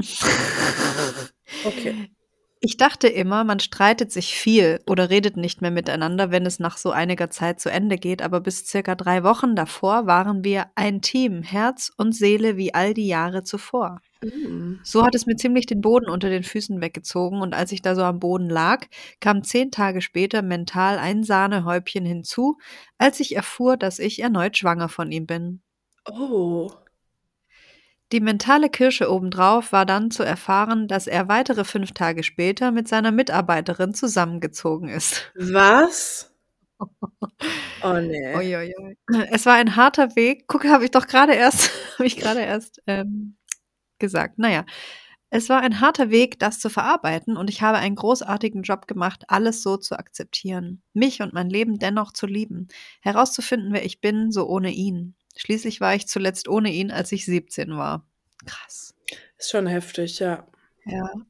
Okay. Ich dachte immer, man streitet sich viel oder redet nicht mehr miteinander, wenn es nach so einiger Zeit zu Ende geht, aber bis circa 3 Wochen davor waren wir ein Team, Herz und Seele wie all die Jahre zuvor. Mhm. So hat es mir ziemlich den Boden unter den Füßen weggezogen und als ich da so am Boden lag, kam 10 Tage später mental ein Sahnehäubchen hinzu, als ich erfuhr, dass ich erneut schwanger von ihm bin. Oh. Die mentale Kirsche obendrauf war dann zu erfahren, dass er weitere 5 Tage später mit seiner Mitarbeiterin zusammengezogen ist. Was? Oh ne. Ui, ui, ui. Es war ein harter Weg. Guck, habe ich doch gerade erst habe ich gerade erst, gesagt. Na ja, es war ein harter Weg, das zu verarbeiten und ich habe einen großartigen Job gemacht, alles so zu akzeptieren, mich und mein Leben dennoch zu lieben, herauszufinden, wer ich bin, so ohne ihn. Schließlich war ich zuletzt ohne ihn, als ich 17 war. Krass. Ist schon heftig, ja. Ja.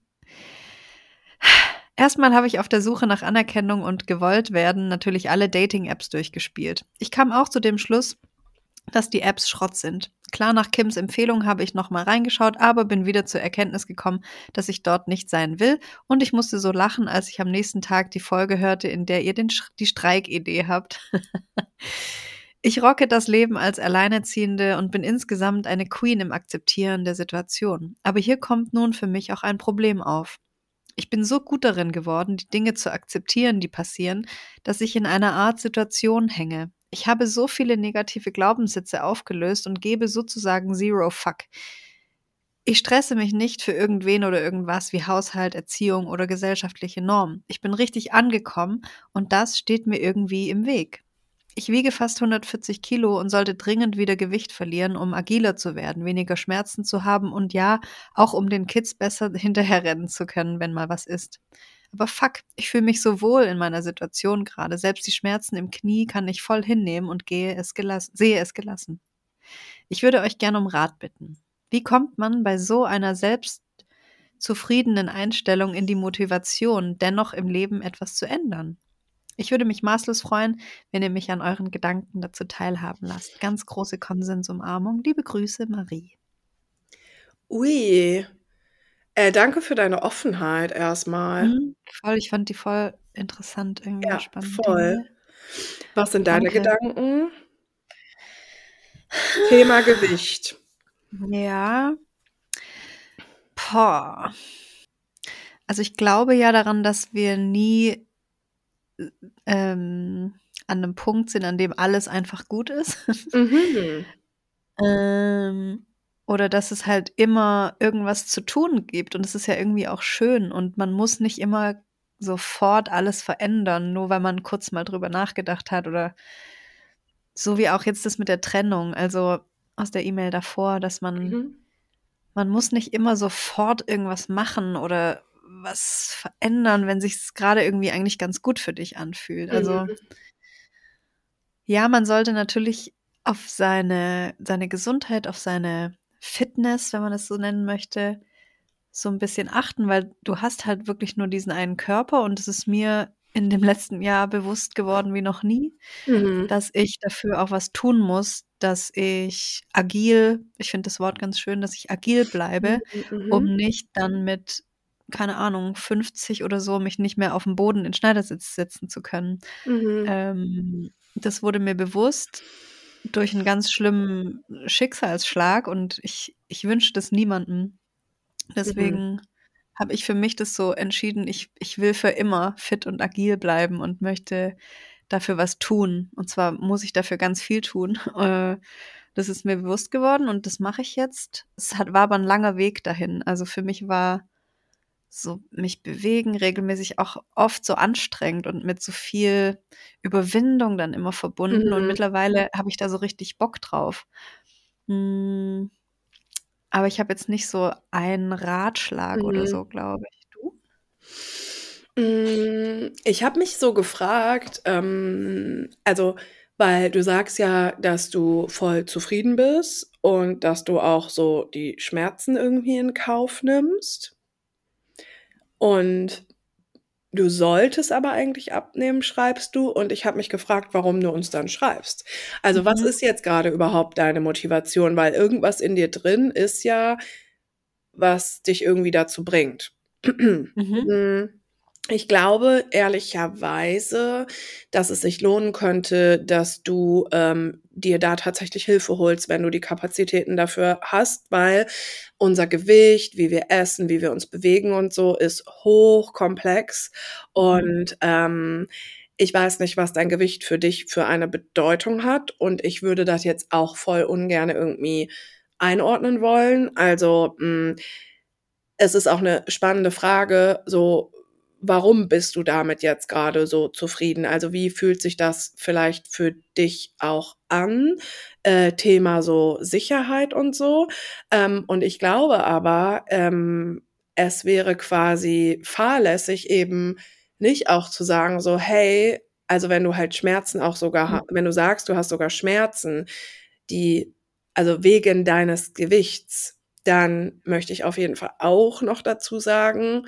Erstmal habe ich auf der Suche nach Anerkennung und Gewolltwerden natürlich alle Dating-Apps durchgespielt. Ich kam auch zu dem Schluss, dass die Apps Schrott sind. Klar, nach Kims Empfehlung habe ich noch mal reingeschaut, aber bin wieder zur Erkenntnis gekommen, dass ich dort nicht sein will und ich musste so lachen, als ich am nächsten Tag die Folge hörte, in der ihr die Streikidee habt. Ich rocke das Leben als Alleinerziehende und bin insgesamt eine Queen im Akzeptieren der Situation. Aber hier kommt nun für mich auch ein Problem auf. Ich bin so gut darin geworden, die Dinge zu akzeptieren, die passieren, dass ich in einer Art Situation hänge. Ich habe so viele negative Glaubenssätze aufgelöst und gebe sozusagen Zero Fuck. Ich stresse mich nicht für irgendwen oder irgendwas wie Haushalt, Erziehung oder gesellschaftliche Normen. Ich bin richtig angekommen und das steht mir irgendwie im Weg. Ich wiege fast 140 Kilo und sollte dringend wieder Gewicht verlieren, um agiler zu werden, weniger Schmerzen zu haben und ja, auch um den Kids besser hinterherrennen zu können, wenn mal was ist. Aber fuck, ich fühle mich so wohl in meiner Situation gerade. Selbst die Schmerzen im Knie kann ich voll hinnehmen und sehe es gelassen. Ich würde euch gerne um Rat bitten. Wie kommt man bei so einer selbstzufriedenen Einstellung in die Motivation, dennoch im Leben etwas zu ändern? Ich würde mich maßlos freuen, wenn ihr mich an euren Gedanken dazu teilhaben lasst. Ganz große Konsensumarmung. Liebe Grüße, Marie. Ui. Danke für deine Offenheit erstmal. Voll, ich fand die voll interessant, irgendwie Ja, spannend, die voll. Mail. Was sind deine Danke. Gedanken? Thema Gewicht. Ja, boah. Also ich glaube ja daran, dass wir nie an einem Punkt sind, an dem alles einfach gut ist. Mhm. Ähm, oder dass es halt immer irgendwas zu tun gibt und es ist ja irgendwie auch schön und man muss nicht immer sofort alles verändern, nur weil man kurz mal drüber nachgedacht hat oder so wie auch jetzt das mit der Trennung, also aus der E-Mail davor, dass Mhm. man muss nicht immer sofort irgendwas machen oder was verändern, wenn sich's grade irgendwie eigentlich ganz gut für dich anfühlt. Also, Mhm. ja, man sollte natürlich auf seine Gesundheit, auf seine Fitness, wenn man das so nennen möchte, so 'n bisschen achten, weil du hast halt wirklich nur diesen einen Körper und es ist mir in dem letzten Jahr bewusst geworden wie noch nie, Mhm. dass ich dafür auch was tun muss, dass ich finde das Wort ganz schön, dass ich agil Mhm. bleibe, Mhm. um nicht dann mit, keine Ahnung, 50 oder so mich nicht mehr aufm Boden in Schneidersitz setzen zu können. Mhm. Das wurde mir bewusst durch 'n ganz schlimmen Schicksalsschlag und ich wünsche das niemandem. Mhm. Deswegen habe ich für mich das so entschieden, ich will für immer fit und agil bleiben und möchte dafür was tun. Und zwar muss ich dafür ganz viel tun. Das ist mir bewusst geworden und das mache ich jetzt. War aber 'n langer Weg dahin. Also, für mich war so mich bewegen regelmäßig auch oft so anstrengend und mit so viel Überwindung dann immer verbunden und Mhm. mittlerweile habe ich da so richtig Bock drauf. Hm, aber ich habe jetzt nicht so einen Ratschlag oder so, Mhm. glaube ich. Du? Ich habe mich so gefragt, also, weil du sagst ja, dass du voll zufrieden bist und dass du auch so die Schmerzen irgendwie in Kauf nimmst. Und du solltest aber eigentlich abnehmen, schreibst du. Und ich habe mich gefragt, warum du uns dann schreibst. Also, was Mhm. ist jetzt grade überhaupt deine Motivation? Weil irgendwas in dir drin ist ja, was dich irgendwie dazu bringt. Mhm. Hm, ich glaube ehrlicherweise, dass es sich lohnen könnte, dass du, dir da tatsächlich Hilfe holst, wenn du die Kapazitäten dafür hast, weil unser Gewicht, wie wir essen, wie wir uns bewegen und so, ist hochkomplex. Mhm. Und, ich weiß nicht, was dein Gewicht für dich für eine Bedeutung hat und ich würde das jetzt auch voll ungerne irgendwie einordnen wollen. Also, es ist auch 'ne spannende Frage, so, warum bist du damit jetzt grade so zufrieden? Also, wie fühlt sich das vielleicht für dich auch an? Thema so Sicherheit und so. Und ich glaube aber, es wäre quasi fahrlässig, eben nicht auch zu sagen so: „Hey“, also, wenn du halt Schmerzen auch sogar Mhm. wenn du sagst, du hast sogar Schmerzen, die also, wegen deines Gewichts, dann möchte ich auf jeden Fall auch noch dazu sagen,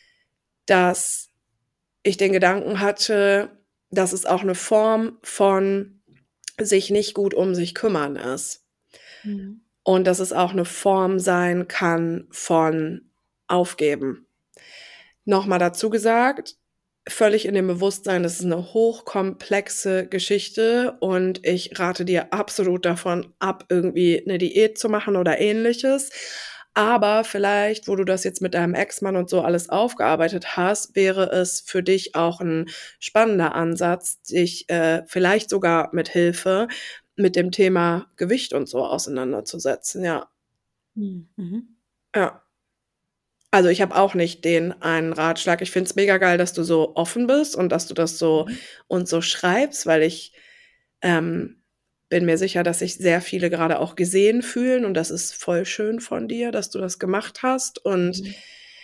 dass ich den Gedanken hatte, dass es auch 'ne Form von sich nicht gut um sich kümmern ist. Mhm. Und dass es auch 'ne Form sein kann von Aufgeben. Noch mal dazu gesagt, völlig in dem Bewusstsein, das ist 'ne hochkomplexe Geschichte und ich rate dir absolut davon ab, irgendwie 'ne Diät zu machen oder Ähnliches. Aber vielleicht, wo du das jetzt mit deinem Ex-Mann und so alles aufgearbeitet hast, wäre es für dich auch 'n spannender Ansatz, dich, vielleicht sogar mit Hilfe mit dem Thema Gewicht und so auseinanderzusetzen, ja. Mhm. Mhm. Ja. Also, ich habe auch nicht den einen Ratschlag. Ich finde es mega geil, dass du so offen bist und dass du das so Mhm. uns so schreibst, weil ich, ähm, bin mir sicher, dass sich sehr viele grade auch gesehen fühlen und das ist voll schön von dir, dass du das gemacht hast. Und Mhm.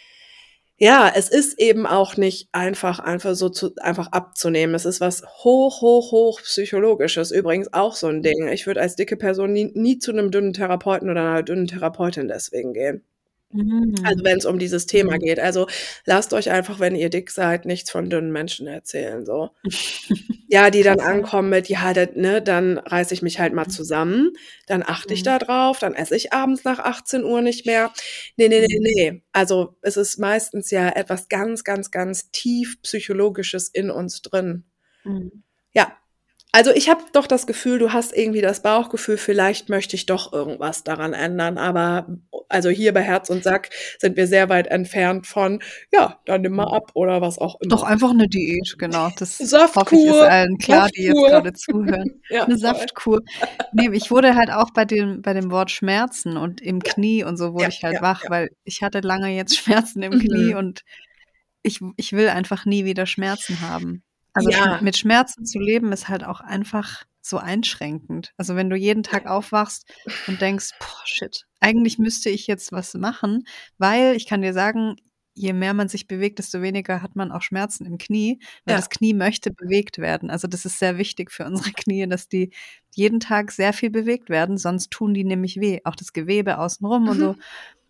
ja, es ist eben auch nicht einfach so einfach abzunehmen. Es ist was hoch psychologisches. Übrigens auch so 'n Mhm. Ding. Ich würde als dicke Person nie zu 'nem dünnen Therapeuten oder 'ner dünnen Therapeutin deswegen gehen. Also, Mhm. wenn's um dieses Thema Mhm. geht. Also, lasst euch einfach, wenn ihr dick seid, nichts von dünnen Menschen erzählen, so. Ja, die dann Krass, ja. ankommen mit: „Ja, ne, dann reiße ich mich halt mal Mhm. zusammen, dann achte ich Mhm. da drauf, dann esse ich abends nach 18:00 nicht mehr.“ Mhm. Ne. Also, es ist meistens ja etwas ganz tief Psychologisches in uns drin. Mhm. Ja, also, ich habe doch das Gefühl, du hast irgendwie das Bauchgefühl, vielleicht möchte ich doch irgendwas daran ändern, aber also, hier bei Herz und Sack sind wir sehr weit entfernt von: „Ja, dann nimm mal Mhm. ab“ oder was auch immer. Doch einfach 'ne Diät, genau. Das hoffe ich, ist Saftkur, allen klar, die jetzt Saftkur. grade zuhören. Ja, 'Ne voll. Saftkur. Ne, ich wurde halt auch bei dem Wort Schmerzen und im Ja, Knie und so ja, wurde ich halt ja, wach, ja. weil ich hatte lange jetzt Schmerzen im Knie Mhm. und ich will einfach nie wieder Schmerzen haben. Also Ja. mit Schmerzen zu leben ist halt auch einfach so einschränkend. Also wenn du jeden Tag aufwachst und denkst, boah, shit, eigentlich müsste ich jetzt was machen, weil ich kann dir sagen, je mehr man sich bewegt, desto weniger hat man auch Schmerzen im Knie, weil Ja. das Knie möchte bewegt werden. Also das ist sehr wichtig für unsere Knie, dass die jeden Tag sehr viel bewegt werden, sonst tun die nämlich weh. Auch das Gewebe außenrum und so.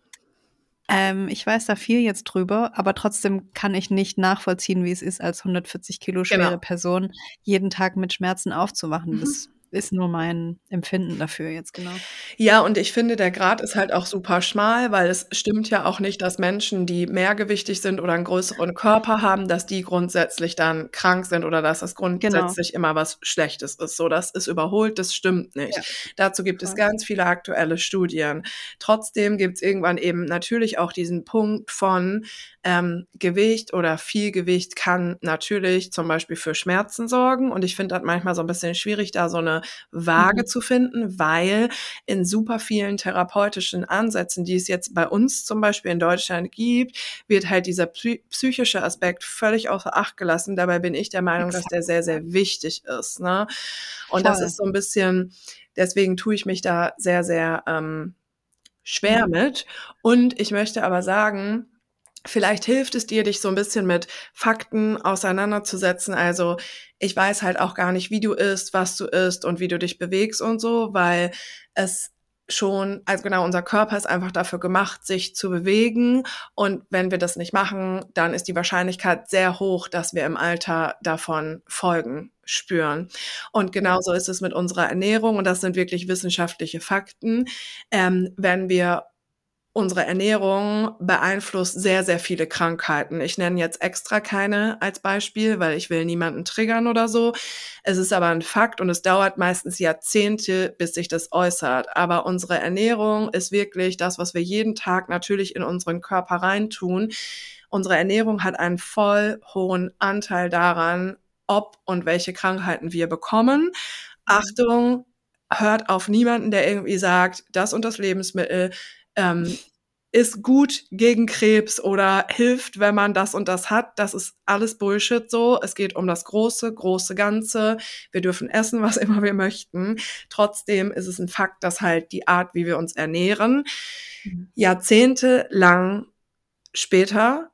Ich weiß da viel jetzt drüber, aber trotzdem kann ich nicht nachvollziehen, wie es ist, als 140 Kilo schwere Genau. Person jeden Tag mit Schmerzen aufzuwachen. Mhm. Das ist nur mein Empfinden dafür jetzt genau. Ja, und ich finde, der Grat ist halt auch super schmal, weil es stimmt ja auch nicht, dass Menschen, die mehrgewichtig sind oder einen größeren Körper haben, dass die grundsätzlich dann krank sind oder dass das Genau. grundsätzlich immer was Schlechtes ist. So, das ist überholt, das stimmt nicht. Ja, Dazu gibt es voll. ganz viele aktuelle Studien. Trotzdem gibt es irgendwann eben natürlich auch diesen Punkt von Gewicht oder viel Gewicht kann natürlich zum Beispiel für Schmerzen sorgen. Und ich finde das manchmal so ein bisschen schwierig, da so eine Waage zu finden, weil in super vielen therapeutischen Ansätzen, die es jetzt bei uns zum Beispiel in Deutschland gibt, wird halt dieser psychische Aspekt völlig außer Acht gelassen. Dabei bin ich der Meinung, dass der sehr, sehr wichtig ist. Ne? Und das Voll. ist so ein bisschen, deswegen tue ich mich da sehr, sehr schwer mit. Und ich möchte aber sagen, vielleicht hilft es dir, dich so ein bisschen mit Fakten auseinanderzusetzen. Also, ich weiß halt auch gar nicht, wie du isst, was du isst und wie du dich bewegst und so, weil es schon also genau, unser Körper ist einfach dafür gemacht, sich zu bewegen. Und wenn wir das nicht machen, dann ist die Wahrscheinlichkeit sehr hoch, dass wir im Alter davon Folgen spüren. Und genauso ist es mit unserer Ernährung und das sind wirklich wissenschaftliche Fakten. Wenn wir unsere Ernährung beeinflusst sehr, sehr viele Krankheiten. Ich nenne jetzt extra keine als Beispiel, weil ich will niemanden triggern oder so. Es ist aber ein Fakt und es dauert meistens Jahrzehnte, bis sich das äußert. Aber unsere Ernährung ist wirklich das, was wir jeden Tag natürlich in unseren Körper reintun. Unsere Ernährung hat einen voll hohen Anteil daran, ob und welche Krankheiten wir bekommen. Achtung, hört auf niemanden, der irgendwie sagt, das und das Lebensmittel ist gut gegen Krebs oder hilft, wenn man das und das hat. Das ist alles Bullshit so. Es geht um das große, große Ganze. Wir dürfen essen, was immer wir möchten. Trotzdem ist es ein Fakt, dass halt die Art, wie wir uns ernähren, Jahrzehnte später,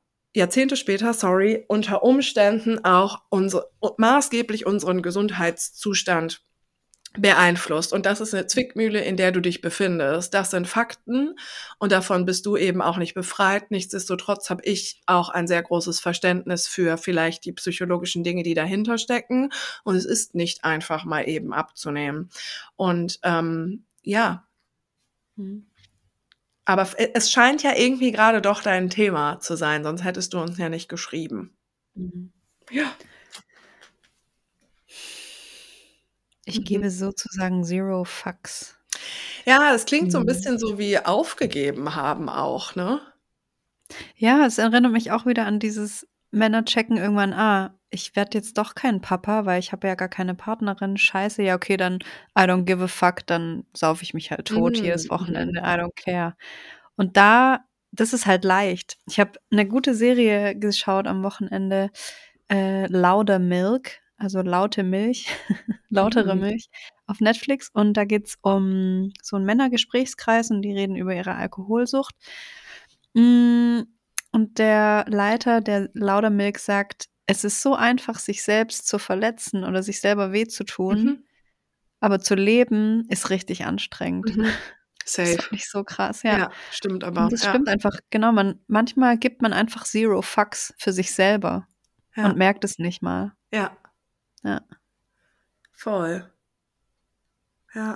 unter Umständen auch maßgeblich unseren Gesundheitszustand beeinflusst. Und das ist eine Zwickmühle, in der du dich befindest. Das sind Fakten und davon bist du eben auch nicht befreit. Nichtsdestotrotz habe ich auch ein sehr großes Verständnis für vielleicht die psychologischen Dinge, die dahinter stecken. Und es ist nicht einfach mal eben abzunehmen. Und ja, aber es scheint ja irgendwie gerade doch dein Thema zu sein, sonst hättest du uns ja nicht geschrieben. Ja. Ich gebe sozusagen zero fucks. Ja, das klingt so ein bisschen so wie aufgegeben haben auch, ne? Ja, es erinnert mich auch wieder an dieses Männer checken irgendwann, ich werde jetzt doch kein Papa, weil ich habe ja gar keine Partnerin. Scheiße, ja, okay, dann I don't give a fuck, dann saufe ich mich halt tot jedes Wochenende. I don't care. Und das ist halt leicht. Ich habe eine gute Serie geschaut am Wochenende, Louder Milk, also laute Milch, lautere Milch auf Netflix. Und da geht's um so einen Männergesprächskreis und die reden über ihre Alkoholsucht. Und der Leiter der Louder Milk sagt, es ist so einfach, sich selbst zu verletzen oder sich selber weh zu tun, aber zu leben ist richtig anstrengend. Das Safe. fand ich so krass, ja. Ja, stimmt aber. Und das Ja. stimmt einfach, genau, manchmal gibt man einfach zero fucks für sich selber Ja. und merkt es nicht mal. Ja, Ja. voll. Ja.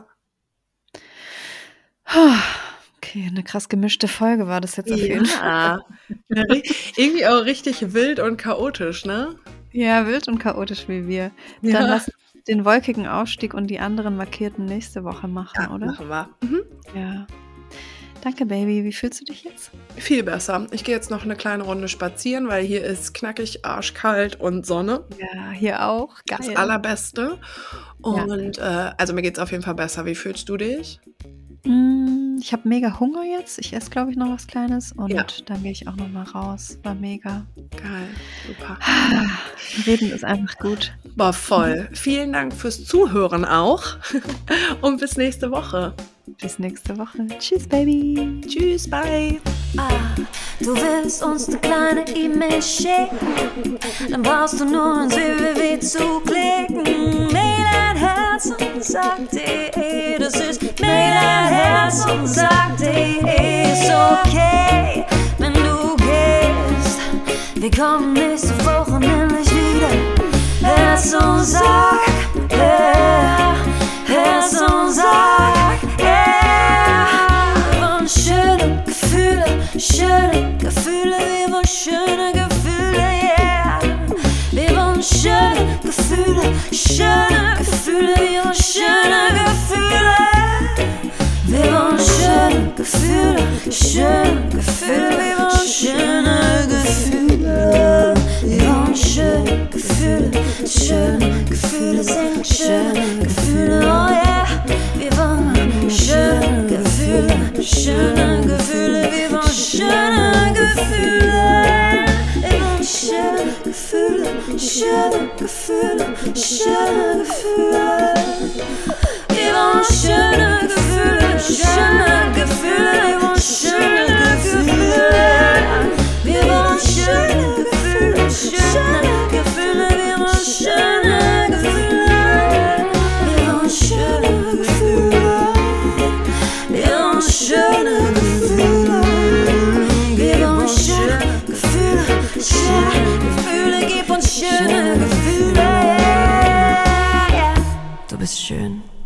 Okay, eine krass gemischte Folge war das jetzt auf jeden Fall. Ja. Irgendwie auch richtig wild und chaotisch, ne? Ja, wild und chaotisch wie wir. Ja. Dann lass uns den wolkigen Aufstieg und die anderen Markierten nächste Woche machen, Ja, oder? machen wir. Ja. Danke, Baby. Wie fühlst du dich jetzt? Viel besser. Ich gehe jetzt noch eine kleine Runde spazieren, weil hier ist knackig, arschkalt und Sonne. Ja, hier auch. Geil. Das Allerbeste. Und also mir geht's auf jeden Fall besser. Wie fühlst du dich? Ich habe mega Hunger jetzt. Ich esse, glaube ich, noch was Kleines und Ja. dann gehe ich auch noch mal raus. War mega. Geil, super. Reden ist einfach gut. Boah, voll. Vielen Dank fürs Zuhören auch und bis nächste Woche. Bis nächste Woche. Tschüss, Baby. Tschüss, bye. Du willst uns eine kleine E-Mail schicken, dann brauchst du nur ins www zu klicken. Mail@herz und sag.de, das ist Mail@herz und sag.de. Ist okay, wenn du gehst, wir kommen nächste Woche nämlich wieder. Herz und Sag, yeah. Herz und Sag, yeah. Wir wollen schöne Gefühle, wir wollen schöne Gefühle, yeah. Wir wollen schöne Gefühle, wir wollen schöne Gefühle. Wir wollen schöne Gefühle, wir wollen schöne Gefühle. Wir wollen schöne Gefühle, singen schöne Gefühle, oh yeah. Wir wollen schöne Gefühle, wir wollen schöne Gefühle. Wir wollen schöne Gefühle, schöne Gefühle. Wir wollen schöne Gefühle, wir wollen schöne Gefühle. Wir wollen schöne Gefühle, wir wollen schöne Gefühle. Wir wollen schöne Gefühle, wir wollen schöne Gefühle. Wir wollen schöne Gefühle, gib uns schöne Gefühle. Du bist schön.